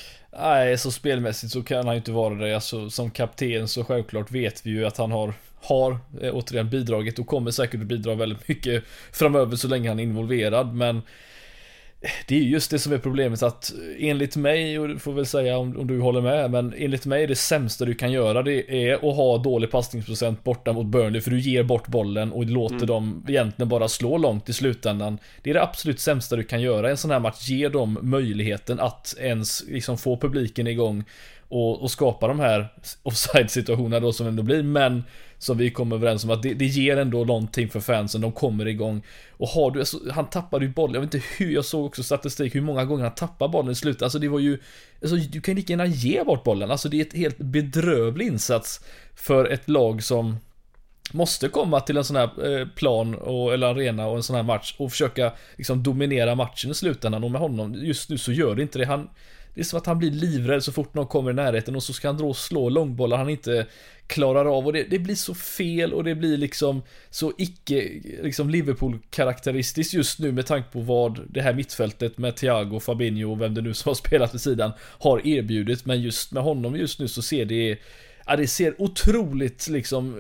Nej, så spelmässigt så kan han ju inte vara det. Alltså, som kapten så självklart vet vi ju att han har har eh, återigen bidragit och kommer säkert att bidra väldigt mycket framöver så länge han är involverad, men det är just det som är problemet, att enligt mig, och du får väl säga om, om du håller med, men enligt mig är det sämsta du kan göra det är att ha dålig passningsprocent borta mot Burnley, för du ger bort bollen och låter mm. dem egentligen bara slå långt i slutändan. Det är det absolut sämsta du kan göra i en sån här match, ge dem möjligheten att ens liksom få publiken igång och, och skapa de här offside-situationerna då som ändå blir, men som vi kommer överens om att det, det ger ändå någonting för fansen, de kommer igång. Och har du, alltså, han tappade ju bollen, jag vet inte hur, jag såg också statistik hur många gånger han tappade bollen i slutet, alltså det var ju, alltså du kan lika gärna ge bort bollen, alltså det är ett helt bedrövlig insats för ett lag som måste komma till en sån här eh, plan och, eller arena och en sån här match och försöka liksom dominera matchen i slutändan, och med honom just nu så gör det inte det. Han, det är som att han blir livrädd så fort någon kommer i närheten, och så ska han dra och slå långbollar han inte klarar av, och det, det blir så fel och det blir liksom så icke liksom Liverpool-karaktäristiskt just nu med tanke på vad det här mittfältet med Thiago, Fabinho och vem det nu som har spelat vid sidan har erbjudit. Men just med honom just nu så ser det ja, det ser otroligt liksom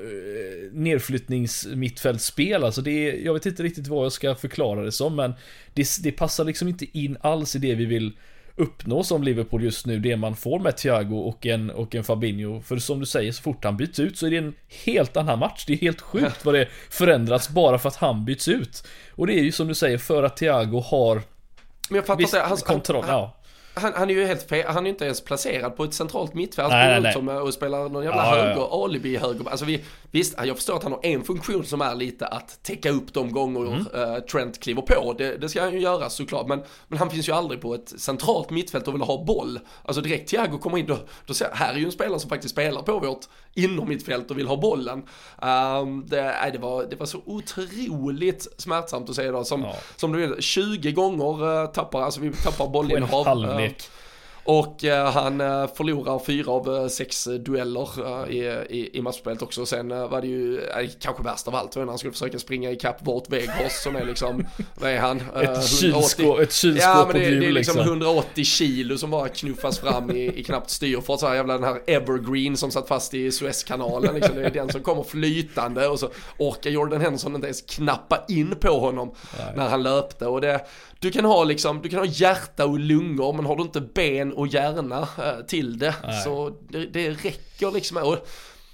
nedflyttningsmittfältspel, alltså det är, jag vet inte riktigt vad jag ska förklara det som, men det, det passar liksom inte in alls i det vi vill uppnå som Liverpool just nu, det man får med Thiago och en, och en Fabinho. För som du säger, så fort han byts ut så är det en helt annan match. Det är helt sjukt vad det förändrats bara för att han byts ut. Och det är ju som du säger, för att Thiago har men jag fattar det, hans kontroll, han, ja. Han, han är ju helt fel, han är ju inte ens placerad på ett centralt mittfält, nej, nej, nej. Som, och spelar någon jävla ja, höger, ja, ja. alibi höger. Alltså vi, visst, jag förstår att han har en funktion som är lite att täcka upp de gånger mm. uh, Trent kliver på. Det, det ska han ju göra såklart, men, men han finns ju aldrig på ett centralt mittfält och vill ha boll. Alltså direkt Thiago kommer in, då, då ser här är ju en spelare som faktiskt spelar på vårt inom mittfält och vill ha bollen. Um, det, nej, det, var, det var så otroligt smärtsamt att säga då, som, ja. som du vet, tjugo gånger uh, tappar, alltså vi tappar bollinnehav. Uh, Och uh, han uh, förlorar fyra av uh, sex dueller uh, i, i, i matchspelet också. Sen uh, var det ju uh, kanske värst av allt när han skulle försöka springa i kapp vårt Weghorst som är liksom, vad är han? Uh, ett kylskåp, ett kylskåp ja, men det, på hjul, det är liksom, liksom hundraåttio kilo som bara knuffas fram i, i knappt styr för att så här jävla den här Evergreen som satt fast i Suezkanalen liksom. Det är den som kommer flytande och så orkar Jordan Henderson inte ens knappa in på honom. Nej. När han löpte, och det du kan ha liksom, du kan ha hjärta och lungor, men har du inte ben och hjärna eh, till det, nej. Så det, det räcker liksom. Och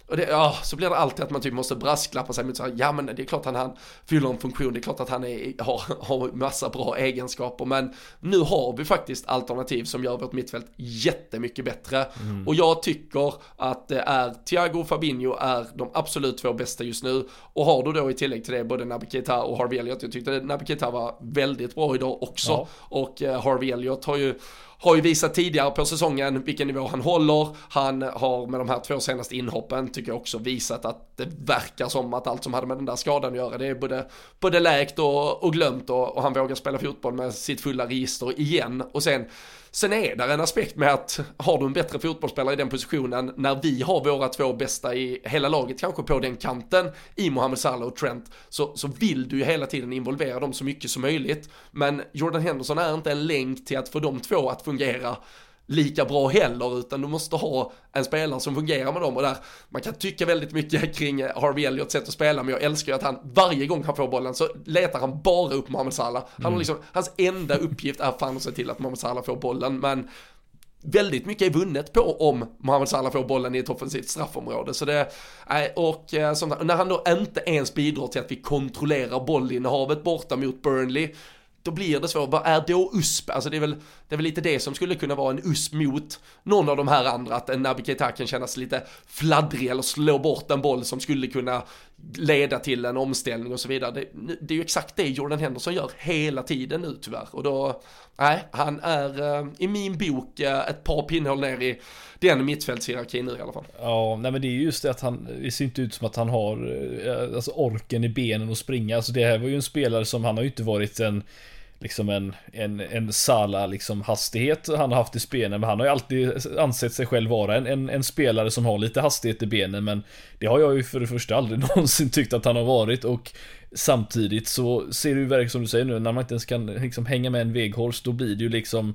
Och det, ja, så blir det alltid att man typ måste brasklappa sig mot så här, ja men det är klart att han fyller en funktion, det är klart att han är, har, har massa bra egenskaper, men nu har vi faktiskt alternativ som gör vårt mittfält jättemycket bättre. Mm. Och jag tycker att det är Thiago och Fabinho är de absolut två bästa just nu. Och har du då i tillägg till det både Naby Keita och Harvey Elliott, jag tyckte att Naby Keita var väldigt bra idag också. Ja. Och eh, Harvey Elliott har ju har ju visat tidigare på säsongen vilken nivå han håller. Han har med de här två senaste inhoppen tycker jag också visat att det verkar som att allt som hade med den där skadan att göra, det är både, både läkt och, och glömt och, och han vågar spela fotboll med sitt fulla register igen. Och sen Sen är det en aspekt med att har du en bättre fotbollsspelare i den positionen när vi har våra två bästa i hela laget kanske på den kanten i Mohamed Salah och Trent, så, så vill du ju hela tiden involvera dem så mycket som möjligt. Men Jordan Henderson är inte en länk till att få de två att fungera lika bra heller, utan du måste ha en spelare som fungerar med dem. Och där man kan tycka väldigt mycket kring Harvey Elliots sätt att spela, men jag älskar ju att han varje gång han får bollen så letar han bara upp Mohamed Salah. Han mm. har liksom, hans enda uppgift är fan att se till att Mohamed Salah får bollen, men väldigt mycket är vunnet på om Mohamed Salah får bollen i ett offensivt straffområde. Så det, och sånt, när han då inte ens bidrar till att vi kontrollerar bollinnehavet borta mot Burnley, då blir det svårt. Vad är då U S P? Alltså det är väl, det är väl lite det som skulle kunna vara en U S P mot någon av de här andra, att en Naby Keita kan kännas lite fladdrig eller slå bort en boll som skulle kunna leda till en omställning och så vidare. Det, det är ju exakt det Jordan Henderson gör hela tiden nu tyvärr. Och då, nej, han är äh, i min bok äh, ett par pinnhål ner i den mittfältshierarkin nu i alla fall. Ja, nej men det är just det att han, det ser inte ut som att han har äh, alltså orken i benen att springa. Alltså det här var ju en spelare som, han har ju inte varit en liksom en, en, en Salah liksom hastighet han har haft i benen, men han har ju alltid ansett sig själv vara en, en, en spelare som har lite hastighet i benen, men det har jag ju för det första aldrig någonsin tyckt att han har varit. Och samtidigt så ser det ju verkligen som du säger nu, när man inte ens kan liksom hänga med en Weghorst, då blir det ju liksom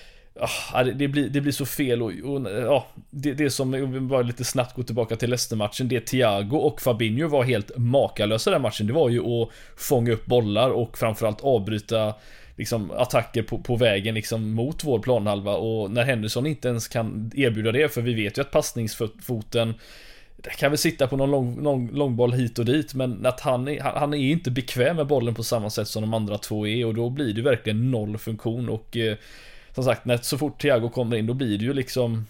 ah, det, det, blir, det blir så fel. Och, och ja, det, det som bara lite snabbt gå tillbaka till Leicester-matchen, det Thiago och Fabinho var helt makalösa den matchen, det var ju att fånga upp bollar och framförallt avbryta liksom attacker på, på vägen liksom mot vår planhalva. Och när Henderson inte ens kan erbjuda det, för vi vet ju att passningsfoten det kan väl sitta på någon lång, lång, långboll hit och dit, men att han är, han är inte bekväm med bollen på samma sätt som de andra två är, och då blir det verkligen noll funktion. Och eh, som sagt, när så fort Thiago kommer in, då blir det ju liksom,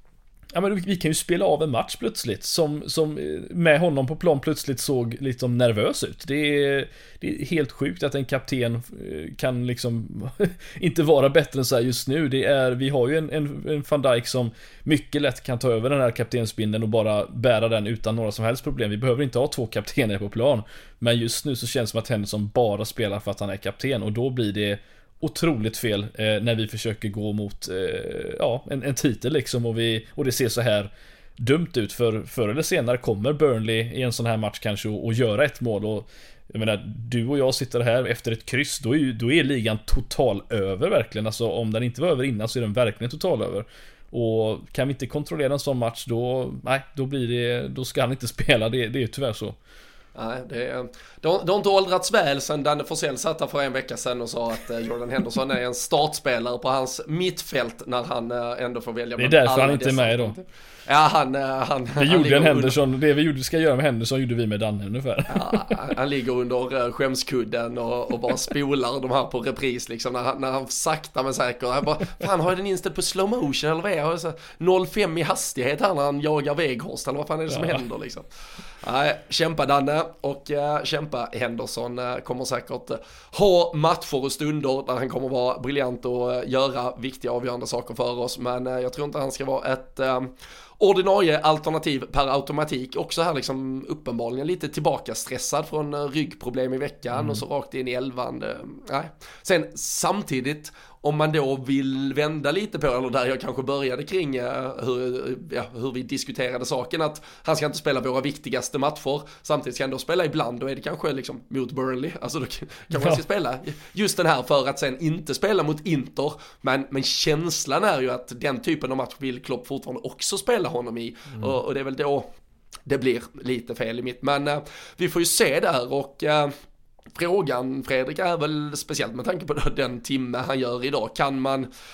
ja men vi kan ju spela av en match plötsligt som, som med honom på plan plötsligt såg liksom nervös ut. Det är, det är helt sjukt att en kapten kan liksom inte vara bättre än så här just nu. Det är, vi har ju en, en, en Van Dijk som mycket lätt kan ta över den här kaptensbindeln och bara bära den utan några som helst problem. Vi behöver inte ha två kaptener på plan, men just nu så känns det som att Henderson bara spelar för att han är kapten, och då blir det otroligt fel eh, när vi försöker gå mot eh, ja, en, en titel liksom, och, vi, och det ser så här dumt ut, för förr eller senare kommer Burnley i en sån här match kanske och, och göra ett mål. Och jag menar, du och jag sitter här efter ett kryss, då är, ju, då är ligan total över verkligen. Alltså om den inte var över innan så är den verkligen total över. Och kan vi inte kontrollera en sån match, då, nej, då, blir det, då ska han inte spela, det, det är tyvärr så. Nej, det, är, det, har, det har inte åldrats väl sen Danne Forsell satt här för en vecka sedan och sa att Jordan Henderson är en startspelare på hans mittfält när han ändå får välja. Det är därför han inte är med då. Ja, han, han, vi han gjorde en Henderson, under... det vi gjorde, ska göra med Henderson gjorde vi med Danne ungefär. Ja, han, han ligger under skämskudden och, och bara spolar de här på repris liksom, när han, när han sakta men säkert, han bara, fan har jag den inställd på slow motion eller vad är jag? noll komma fem i hastighet här när han jagar Weghorst, eller vad fan är det som ja. händer liksom? Nej, kämpa Danne, och uh, kämpa Henderson uh, kommer säkert uh, ha matcher och stunder där han kommer vara briljant och uh, göra viktiga avgörande saker för oss, men uh, jag tror inte han ska vara ett uh, ordinarie alternativ per automatik. Också här liksom uppenbarligen lite tillbaka stressad från uh, ryggproblem i veckan mm. och så rakt in i elvan. Uh, nej. Sen samtidigt, om man då vill vända lite på, eller där jag kanske började kring uh, hur, ja, hur vi diskuterade saken, att han ska inte spela våra viktigaste matcher, samtidigt ska han då spela ibland, då är det kanske liksom mot Burnley, alltså då kan man ja. ska spela just den här för att sen inte spela mot Inter, men, men känslan är ju att den typen av match vill Klopp fortfarande också spela honom i, mm. och, och det är väl då det blir lite fel i mitt, men uh, vi får ju se där. Och uh, frågan, Fredrik, är väl speciellt med tanke på den timme han gör idag, kan man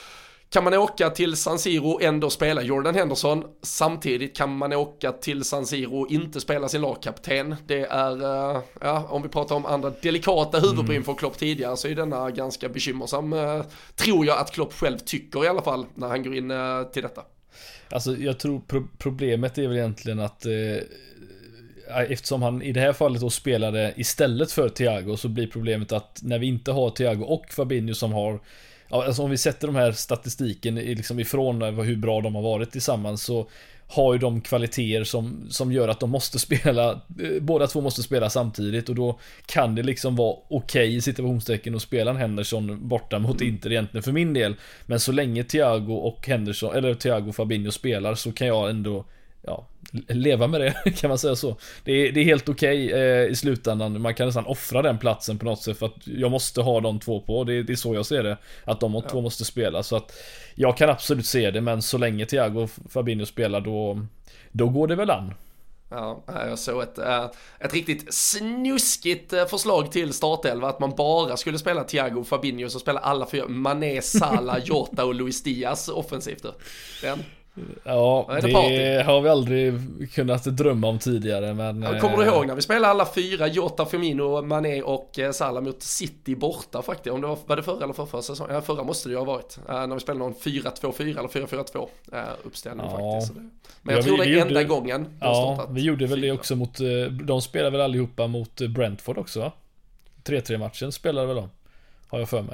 kan man åka till San Siro och ändå spela Jordan Henderson? Samtidigt kan man åka till San Siro och inte spela sin lagkapten. Det är, uh, ja, om vi pratar om andra delikata huvudbryn mm. för Klopp tidigare, så är denna ganska bekymmersam, uh, tror jag att Klopp själv tycker i alla fall när han går in uh, till detta. Alltså jag tror pro- problemet är väl egentligen att uh, eftersom han i det här fallet då spelade istället för Thiago, så blir problemet att när vi inte har Thiago och Fabinho som har, alltså om vi sätter de här statistiken liksom ifrån hur bra de har varit tillsammans, så har ju de kvaliteter som, som gör att de måste spela, båda två måste spela samtidigt, och då kan det liksom vara okej okay i situationstecken att spela en Henderson borta mot Inter egentligen för min del, men så länge Thiago och Henderson, eller Thiago och Fabinho spelar, så kan jag ändå ja, leva med det, kan man säga så. Det är, det är helt okej okay, eh, i slutändan. Man kan nästan offra den platsen på något sätt, för att jag måste ha de två på. Det, det är så jag ser det, att de ja. två måste spela. Så att jag kan absolut se det, men så länge Thiago och Fabinho spelar, då, då går det väl an. Ja, jag såg ett, ett riktigt snuskigt förslag till startelva, att man bara skulle spela Thiago och Fabinho, så spelar alla fyra Mané, Salah, Jota och Luis Diaz offensivt då. Den Ja, det, det har vi aldrig kunnat drömma om tidigare, men ja, kommer du ihåg när vi spelade alla fyra, Jota, Firmino, Mané och Salah mot City borta faktiskt, om det var, var det förra eller förra, förra säsongen? Ja, förra måste det ju ha varit, uh, när vi spelade någon fyra två fyra eller fyra fyra två uh, uppställning ja. faktiskt. Så det, men jag ja, tror vi, det är vi enda gjorde, gången ja, vi gjorde väl det också mot, de spelade väl allihopa mot Brentford också, va? tre tre matchen spelade väl de, har jag för mig.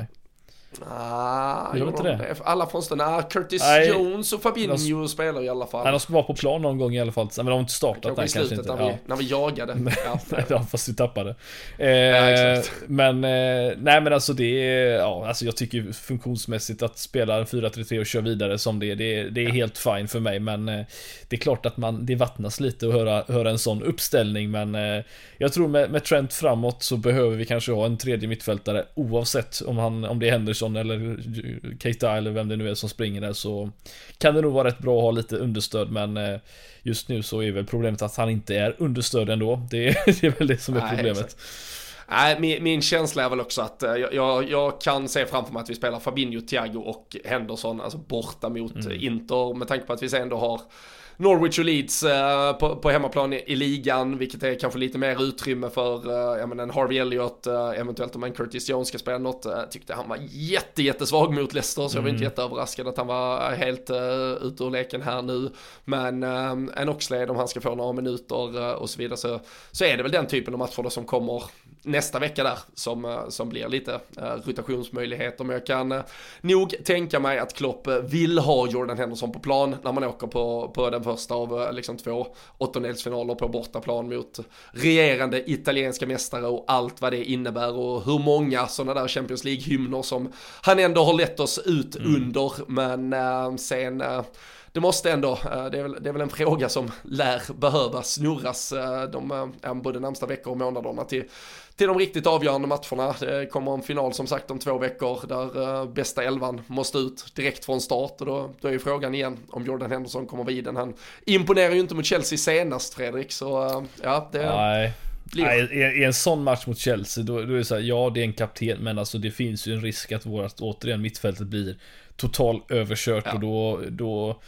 Ah, jo, inte det. Alla från stund, Curtis Nej, Jones och Fabinho de, spelar i alla fall. Nej, de ska vara på plan någon gång i alla fall. Men de har inte startat kanske i slutet kanske inte. När, vi, ja. när vi jagade. Ja, ja, fast vi tappade. Eh, ja, men eh, nej, men alltså det är, ja, alltså jag tycker funktionsmässigt att spela fyra tre tre och köra vidare som det, det, det är ja. helt fine för mig. Men eh, det är klart att man, det vattnas lite att höra, höra en sån uppställning. Men eh, jag tror med, med Trent framåt så behöver vi kanske ha en tredje mittfältare, oavsett om, han, om det är Henderson eller Keita eller vem det nu är som springer där, så kan det nog vara rätt bra att ha lite understöd, men just nu så är väl problemet att han inte är understöd ändå. Det är, det är väl det som är Nej, problemet. Exakt. Nej, min, min känsla är väl också att jag, jag, jag kan se framför mig att vi spelar Fabinho, Thiago och Henderson, alltså borta mot mm. Inter, med tanke på att vi sen ändå har Norwich och Leeds eh, på, på hemmaplan i, i ligan, vilket är kanske lite mer utrymme för eh, jag menar, en Harvey Elliott, eh, eventuellt om en Curtis Jones ska spela något. Eh, tyckte han var jätte, jättesvag mot Leicester, så mm. jag var inte jätteöverraskad att han var helt eh, ute ur leken här nu. Men eh, en Oxlade, om han ska få några minuter eh, och så vidare, så, så är det väl den typen av matcher som kommer nästa vecka där, som, som blir lite eh, rotationsmöjligheter. Men jag kan eh, nog tänka mig att Klopp vill ha Jordan Henderson på plan när man åker på, på den första av liksom två åttondelsfinaler på bortaplan mot regerande italienska mästare och allt vad det innebär, och hur många sådana där Champions League-hymner som han ändå har lett oss ut mm. under. Men äh, sen äh, det måste ändå, äh, det, är väl, det är väl en fråga som lär behöva snurras äh, de, äh, både närmsta veckor och månaderna till till de riktigt avgörande matcherna. Det kommer en final som sagt om två veckor där uh, bästa elvan måste ut direkt från start, och då, då är ju frågan igen om Jordan Henderson kommer vid den. Han imponerar ju inte mot Chelsea senast, Fredrik, så uh, ja, det Nej. Blir... Nej, i, i en sån match mot Chelsea då, då är det så här, ja, det är en kapten, men alltså det finns ju en risk att vårt återigen mittfältet blir total överkört, ja. och då då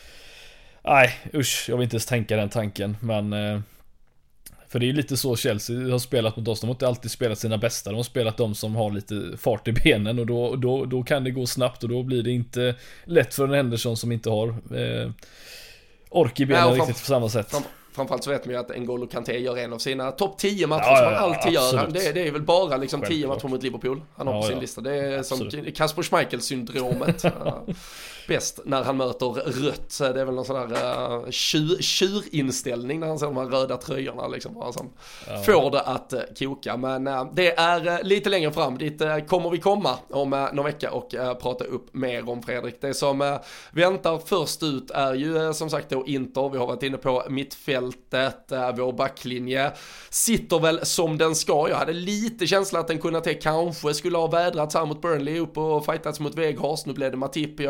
nej, usch, jag vill inte ens tänka den tanken, men uh, för det är ju lite så Chelsea har spelat mot oss. De har inte alltid spelat sina bästa. De har spelat de som har lite fart i benen. Och då, då, då kan det gå snabbt. Och då blir det inte lätt för en Henderson som inte har eh, ork i benen ja, riktigt på samma sätt. Fram, framförallt så vet man ju att N'Golo Kanté gör en av sina topp tio matcher ja, som han alltid ja, gör. Det, det är väl bara liksom tio matcher mot Liverpool han har ja, på sin ja. lista. Det är absolut. Som Kasper Schmeichel-syndromet. Bäst när han möter rött. Det är väl någon sån där uh, tjur, tjurinställning när han ser de här röda tröjorna liksom, som ja. får det att uh, koka. Men uh, det är uh, lite längre fram. Dit uh, kommer vi komma om uh, någon vecka och uh, prata upp mer om Fredrik. Det som uh, väntar först ut är ju uh, som sagt då Inter. Vi har varit inne på mittfältet. Uh, vår backlinje sitter väl som den ska. Jag hade lite känsla att den kunde till kanske skulle ha vädrats här mot Burnley upp och fightats mot Weghorst. Nu blev det Matip. Jag kan inte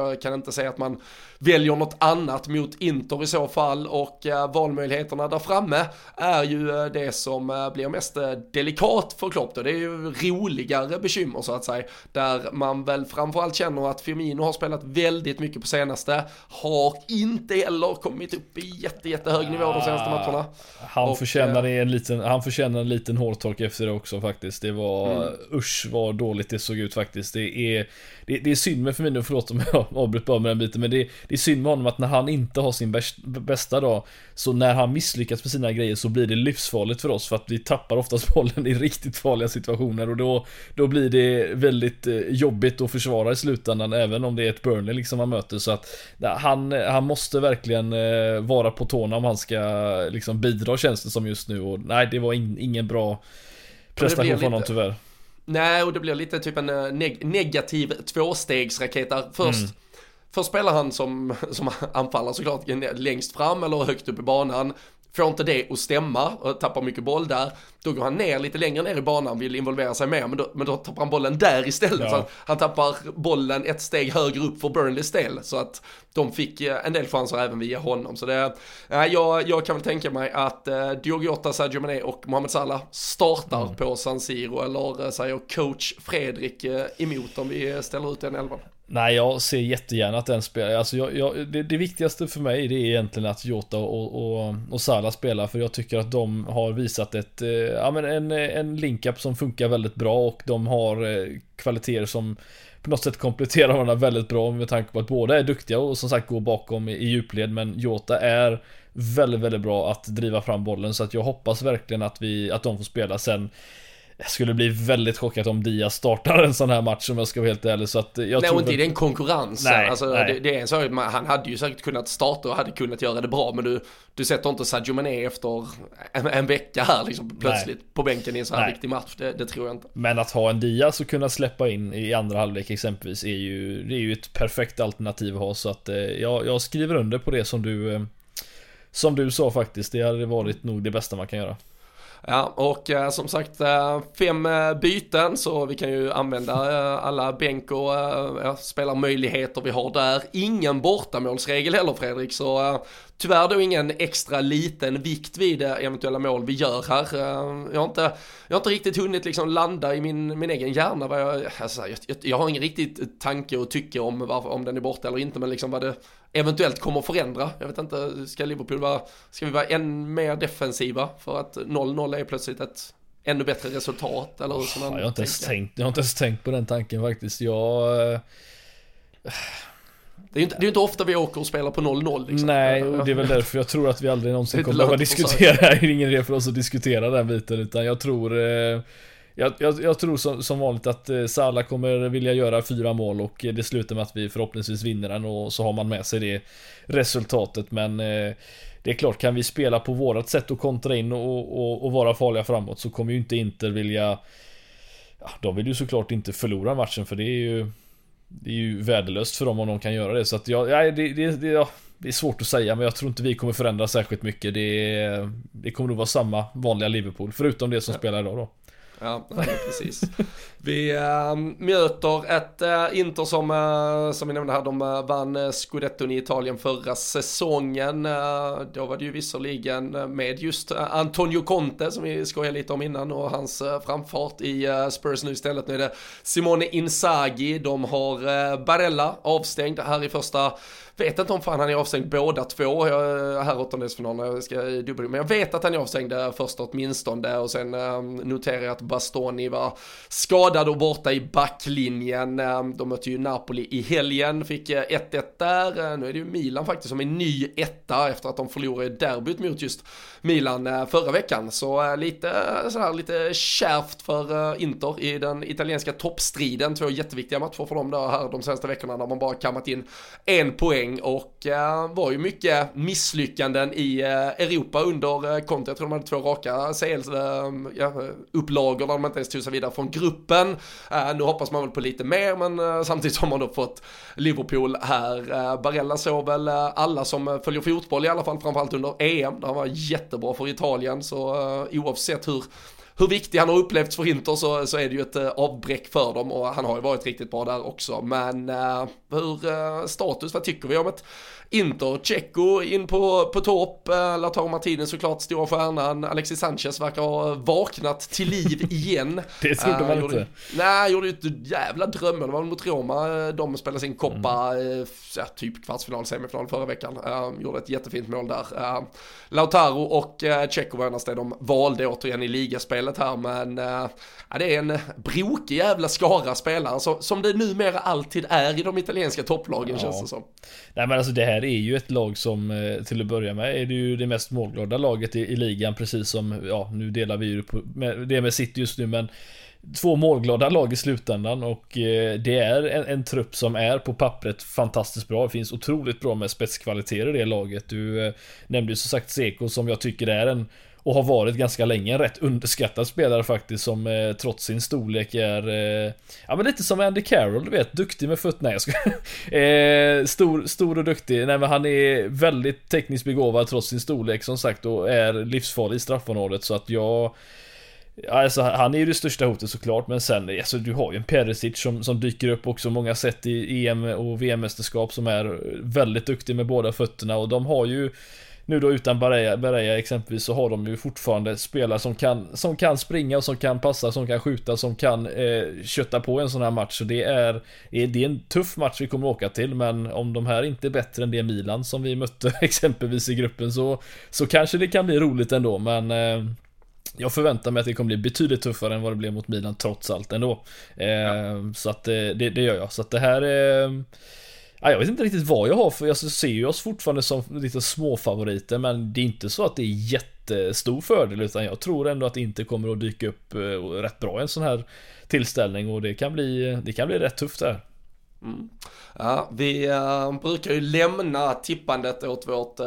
inte se att man väljer något annat mot Inter i så fall, och uh, valmöjligheterna där framme är ju uh, det som uh, blir mest uh, delikat för Klopp då. Det är ju roligare bekymmer så att säga, där man väl framförallt känner att Firmino har spelat väldigt mycket på senaste, har inte heller kommit upp i jätte, jättehög nivå de senaste matcherna. Han och, förtjänar uh, en liten, han förtjänar en liten hårtork efter det också faktiskt. Det var, mm. usch vad dåligt det såg ut faktiskt. Det är, det, det är synd med Firmino, förlåt om jag avbryter bara med den biten, men det, det är synd med honom att när han inte har sin bäst, bästa dag, så när han misslyckas med sina grejer så blir det livsfarligt för oss, för att vi tappar oftast bollen i riktigt farliga situationer, och då, då blir det väldigt jobbigt att försvara i slutändan, även om det är ett Burnley liksom man möter. Så att han, han måste verkligen vara på tårna om han ska liksom bidra, känns det som just nu, och nej, det var in, ingen bra prestation för honom tyvärr. Nej, och det blir lite typ en neg- negativ tvåstegsraket där. Först, mm. först spelar han som, som anfallare såklart längst fram eller högt upp i banan. Får inte det att stämma och tappar mycket boll där. Då går han ner lite längre ner i banan, vill involvera sig mer, men då, men då tappar han bollen där istället. Ja. Så att han tappar bollen ett steg högre upp för Burnleys del, så att de fick en del chanser även via honom. Så det, äh, jag, jag kan väl tänka mig att äh, Diogo Jota, Sadio Mané och Mohamed Salah startar mm. på San Siro, eller äh, säger coach Fredrik äh, emot om vi ställer ut den elvan. Nej, jag ser jättegärna att den spelar. Alltså jag, jag, det, det viktigaste för mig det är egentligen att Jota och, och, och Salah spelar, för jag tycker att de har visat ett, eh, ja, men en, en link-up som funkar väldigt bra, och de har eh, kvaliteter som på något sätt kompletterar varandra väldigt bra, med tanke på att båda är duktiga och som sagt går bakom i, i djupled, men Jota är väldigt, väldigt bra att driva fram bollen, så att jag hoppas verkligen att, vi, att de får spela. Sen jag skulle bli väldigt chockad om Diaz startar en sån här match, om jag ska vara helt ärlig. Så att jag nej, tror och inte i den konkurrensen. Nej, alltså, nej. Det, det är så, han hade ju säkert kunnat starta och hade kunnat göra det bra, men du, du sätter inte Sadio Mané efter en, en vecka här liksom, plötsligt nej. på bänken i en så här nej. viktig match. Det, det tror jag inte. Men att ha en Diaz och kunna släppa in i andra halvlek exempelvis är ju, det är ju ett perfekt alternativ att ha. Så att eh, jag, jag skriver under på det som du, eh, som du sa faktiskt. Det hade varit nog det bästa man kan göra. Ja, och eh, som sagt eh, fem eh, byten, så vi kan ju använda eh, alla bänk och eh, spelarmöjligheter vi har där. Ingen bortamålsregel heller, Fredrik, så eh, tyvärr då ingen extra liten vikt vid eh, eventuella mål vi gör här. Eh, jag, har inte, jag har inte riktigt hunnit liksom landa i min, min egen hjärna. Vad jag, alltså, jag, jag, jag har ingen riktigt tanke och tycke om, varför, om den är borta eller inte, men liksom vad det eventuellt kommer att förändra. Jag vet inte, ska Liverpool vara, ska vi vara än mer defensiva för att noll noll är plötsligt ett ännu bättre resultat, eller som man jag, har inte ens tänkt, jag har inte ens tänkt på den tanken faktiskt. Jag... Det är ju inte, det är inte ofta vi åker och spelar på noll noll liksom. Nej, och det är väl därför jag tror att vi aldrig någonsin kommer att diskutera. Det är ingen idé för oss att diskutera den biten, utan jag tror... Eh... Jag, jag, jag tror som, som vanligt att eh, Salah kommer vilja göra fyra mål, och eh, det slutar med att vi förhoppningsvis vinner den, och så har man med sig det resultatet. Men eh, det är klart, kan vi spela på vårat sätt och kontra in och, och, och vara farliga framåt, så kommer ju inte Inter vilja, ja, de vill ju såklart inte förlora matchen, för det är ju det är ju värdelöst för dem om de kan göra det. Så att jag, ja, det, det, det, ja, det är svårt att säga, men jag tror inte vi kommer förändra särskilt mycket. Det, det kommer nog vara samma vanliga Liverpool, förutom det som ja. spelar idag då. Ja, nej, precis. Vi äh, möter ett äh, Inter som, äh, som vi nämnde här, de äh, vann Scudetton i Italien förra säsongen. Äh, då var det ju visserligen med just äh, Antonio Conte, som vi skojade lite om innan, och hans äh, framfart i äh, Spurs nu istället. Nu är det Simone Inzaghi. De har äh, Barella avstängd här i första. Vet inte om fan han är avstängd båda två jag, här åttondelsfinalen, jag ska dubbel, men jag vet att han är avstängd först åtminstone, och sen um, noterar jag att Bastoni var skadad och borta i backlinjen. Um, de mötte ju Napoli i helgen, fick uh, ett ett där. Uh, nu är det ju Milan faktiskt som är ny etta efter att de förlorade derbyt mot just Milan uh, förra veckan, så uh, lite uh, så här, lite kärvt för uh, Inter i den italienska toppstriden. Två jätteviktiga matcher för dem där här de senaste veckorna, när man bara kammat in en poäng. Och uh, var ju mycket misslyckanden i uh, Europa under uh, Conte. Jag tror de hade två raka C L uh, ja, upplagor där de inte ens tog sig vidare från gruppen. Uh, nu hoppas man väl på lite mer, men uh, samtidigt har man då fått Liverpool här. Uh, Barella såg väl uh, alla som uh, följer fotboll i alla fall, framförallt under E M. Det var jättebra för Italien, så uh, oavsett hur hur viktig han har upplevts för Inter så, så är det ju ett uh, avbräck för dem och han har ju varit riktigt bra där också. Men uh, hur uh, status, vad tycker vi om ett Inter? Tjecko in på, på topp, uh, Lautaro Martinez såklart, stora stjärnan. Alexis Sanchez verkar ha vaknat till liv igen. Det trodde man uh, gjorde, inte. Nej, gjorde ju ett jävla dröm. Det var mot Roma, de spelade sin koppa, mm. ja, typ kvartsfinal, semifinal förra veckan. Uh, gjorde ett jättefint mål där. Uh, Lautaro och uh, Tjecko var nästan de valde återigen i ligaspelet här, men uh, ja, det är en brokig jävla skara spelare så, som det numera alltid är i de italienska topplagen, ja. Känns det som. Nej, men alltså det här är ju ett lag som till att börja med är det ju det mest målglada laget i, i ligan, precis som, ja, nu delar vi ju på, med, det med City just nu, men två målglada lag i slutändan och eh, det är en, en trupp som är på pappret fantastiskt bra. Det finns otroligt bra med spetskvaliteter i det laget. Du eh, nämnde ju så sagt Seko som jag tycker är en, och har varit ganska länge, en rätt underskattad spelare faktiskt, som eh, trots sin storlek är eh, ja, men lite som Andy Carroll, du vet, duktig med fötterna. Jag ska eh, stor, stor och duktig. Nej, men han är väldigt tekniskt begåvad trots sin storlek som sagt och är livsfarlig i straffområdet, så att jag alltså, han är ju det största hotet såklart, men sen alltså, du har ju en Perisic som, som dyker upp också många sätt i E M och V M-mästerskap som är väldigt duktig med båda fötterna, och de har ju nu då utan Barea, Barea exempelvis, så har de ju fortfarande spelare som kan, som kan springa och som kan passa, som kan skjuta, som kan eh, kötta på en sån här match. Så det är, är, det är en tuff match vi kommer åka till, men om de här inte är bättre än det Milan som vi mötte exempelvis i gruppen, så, så kanske det kan bli roligt ändå, men eh, jag förväntar mig att det kommer bli betydligt tuffare än vad det blev mot Milan trots allt ändå. Eh, ja. Så att det, det gör jag. Så att det här eh, ja, jag vet inte riktigt vad jag har, för jag ser ju oss fortfarande som lite små favoriter, men det är inte så att det är jättestor fördel, utan jag tror ändå att det inte kommer att dyka upp eh, rätt bra i en sån här tillställning, och det kan bli, det kan bli rätt tufft där. Mm. Ja, vi uh, brukar ju lämna tippandet åt vårt uh,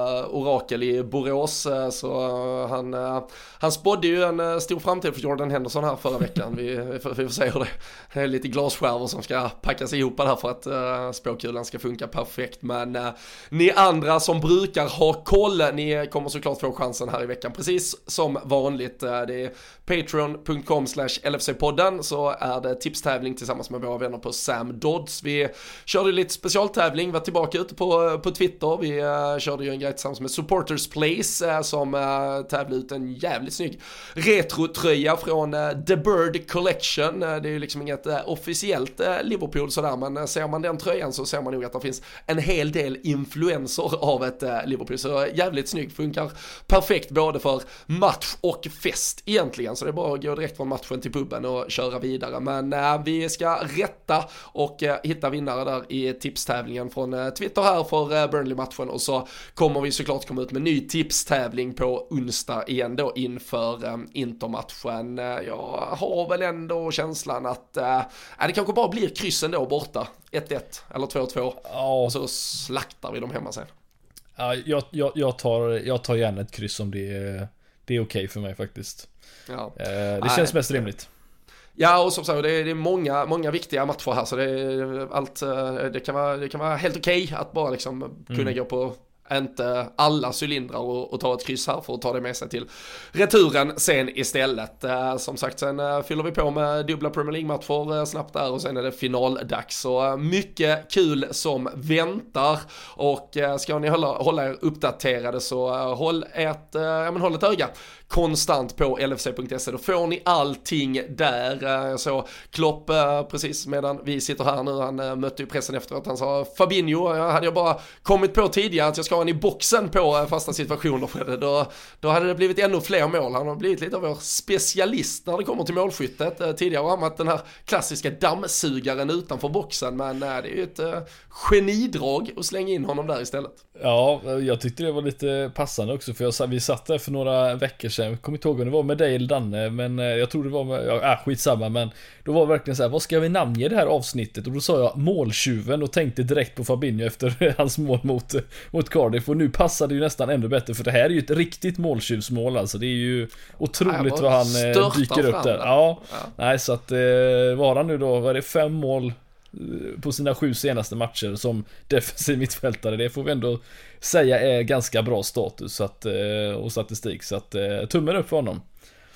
orakel i Borås, uh, så uh, han, uh, han spådde ju en uh, stor framtid för Jordan Henderson här förra veckan. vi, vi, får, vi får se hur det, det är lite glasskärvor som ska packas ihop här för att uh, spåkulan ska funka perfekt, men uh, ni andra som brukar ha koll, ni kommer såklart få chansen här i veckan, precis som vanligt. Uh, det är patreon punkt com slash L F C podden, så är det tipstävling tillsammans med våra vänner på Sam Dodds. Vi körde lite specialtävling, var tillbaka ute på, på Twitter. Vi uh, körde ju en grej tillsammans med Supporters Place uh, som uh, tävlade ut en jävligt snygg retrotröja från uh, The Bird Collection. Uh, det är ju liksom inget uh, officiellt uh, Liverpool sådär, men uh, ser man den tröjan så ser man nog att det finns en hel del influenser av ett uh, Liverpool. Så uh, jävligt snygg, funkar perfekt både för match och fest egentligen. Så det är bara att gå direkt från matchen till puben och köra vidare. Men uh, vi ska rätta och uh, hitta vinnare där i tipstävlingen från uh, Twitter här för uh, Burnley-matchen, och så kommer vi såklart komma ut med ny tipstävling på onsdag igen då inför um, Inter-matchen. Uh, jag har väl ändå känslan att uh, det kanske bara blir kryssen då borta, ett ett eller två två, ja. Och så slaktar vi dem hemma sen. Ja, jag, jag, jag, tar, jag tar gärna ett kryss om det är, det är okej för mig faktiskt. Ja. Uh, det Nej. känns mest rimligt. Ja, och som sagt, det är, det är många, många viktiga matcher här, så det är allt, det kan vara, det kan vara helt okej okay att bara liksom mm. kunna gå på inte alla cylindrar och, och ta ett kryss här för att ta det med sig till returen sen istället. Uh, som sagt, sen uh, fyller vi på med dubbla Premier League-matcher uh, snabbt där, och sen är det finaldags. Så uh, mycket kul som väntar, och uh, ska ni hålla, hålla er uppdaterade så uh, håll, ett, uh, ja, men håll ett öga konstant på L F C punkt se, då får ni allting där. Jag såg Klopp precis medan vi sitter här nu, han mötte ju pressen efteråt, han sa Fabinho, jag hade jag bara kommit på tidigare att jag ska ha en i boxen på fasta situationer för det, då, då hade det blivit ännu fler mål. Han har blivit lite av vår specialist när det kommer till målskyttet. Tidigare har han varit den här klassiska dammsugaren utanför boxen, men det är ju ett genidrag att slänga in honom där istället. Ja, jag tyckte det var lite passande också, för jag, vi satt där för några veckor sedan, jag kommer inte ihåg om det var med dig eller Danne, men jag tror det var med, ja, äh, skitsamma, men då var det verkligen så här: vad ska vi namnge det här avsnittet? Och då sa jag måltjuven och tänkte direkt på Fabinho efter hans mål mot, mot Cardiff, och nu passar det ju nästan ännu bättre, för det här är ju ett riktigt måltjuvsmål, alltså det är ju otroligt vad han dyker upp där. Ja, ja. Nej, så att var han nu då, var det fem mål på sina sju senaste matcher som defensiv mittfältare, det får vi ändå säga är ganska bra status så att, och statistik, så att tummen upp för honom.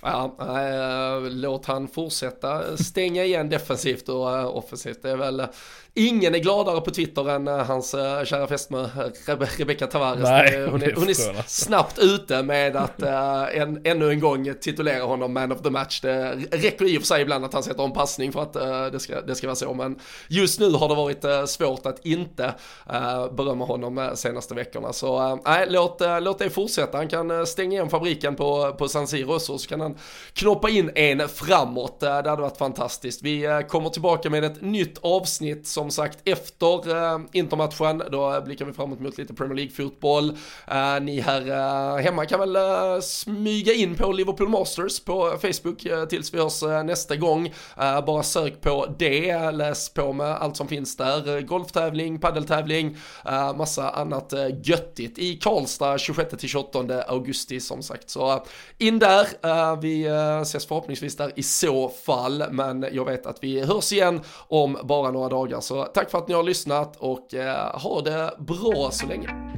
Ja, äh, låt han fortsätta stänga igen defensivt och äh, offensivt. Det är väl, äh, ingen är gladare på Twitter än äh, hans äh, kära fästmö Rebe- Rebecca Tavares. Nej, hon, är, hon är snabbt ute med att äh, en, ännu en gång titulera honom man of the match. Det räcker i och för sig ibland att han sätter en passning för att äh, det, ska, det ska vara så. Men just nu har det varit äh, svårt att inte äh, berömma honom äh, senaste veckorna. Så äh, låt, äh, låt det fortsätta. Han kan äh, stänga igen fabriken på, på San Siro, så kan han knoppa in en framåt. Det hade varit fantastiskt. Vi kommer tillbaka med ett nytt avsnitt som sagt efter uh, intermatchen. Då blickar vi framåt mot lite Premier League-fotboll. Uh, ni här uh, hemma kan väl uh, smyga in på Liverpool Masters på Facebook uh, tills vi hörs uh, nästa gång. Uh, bara sök på det. Läs på med allt som finns där. Golftävling, paddeltävling, uh, massa annat uh, göttigt i Karlstad tjugosjätte till tjugoåttonde augusti som sagt. Så uh, in där. Uh, vi uh, ses förhoppningsvis där i så fall, men jag vet att vi hörs igen om bara några dagar. Så tack för att ni har lyssnat och uh, ha det bra så länge.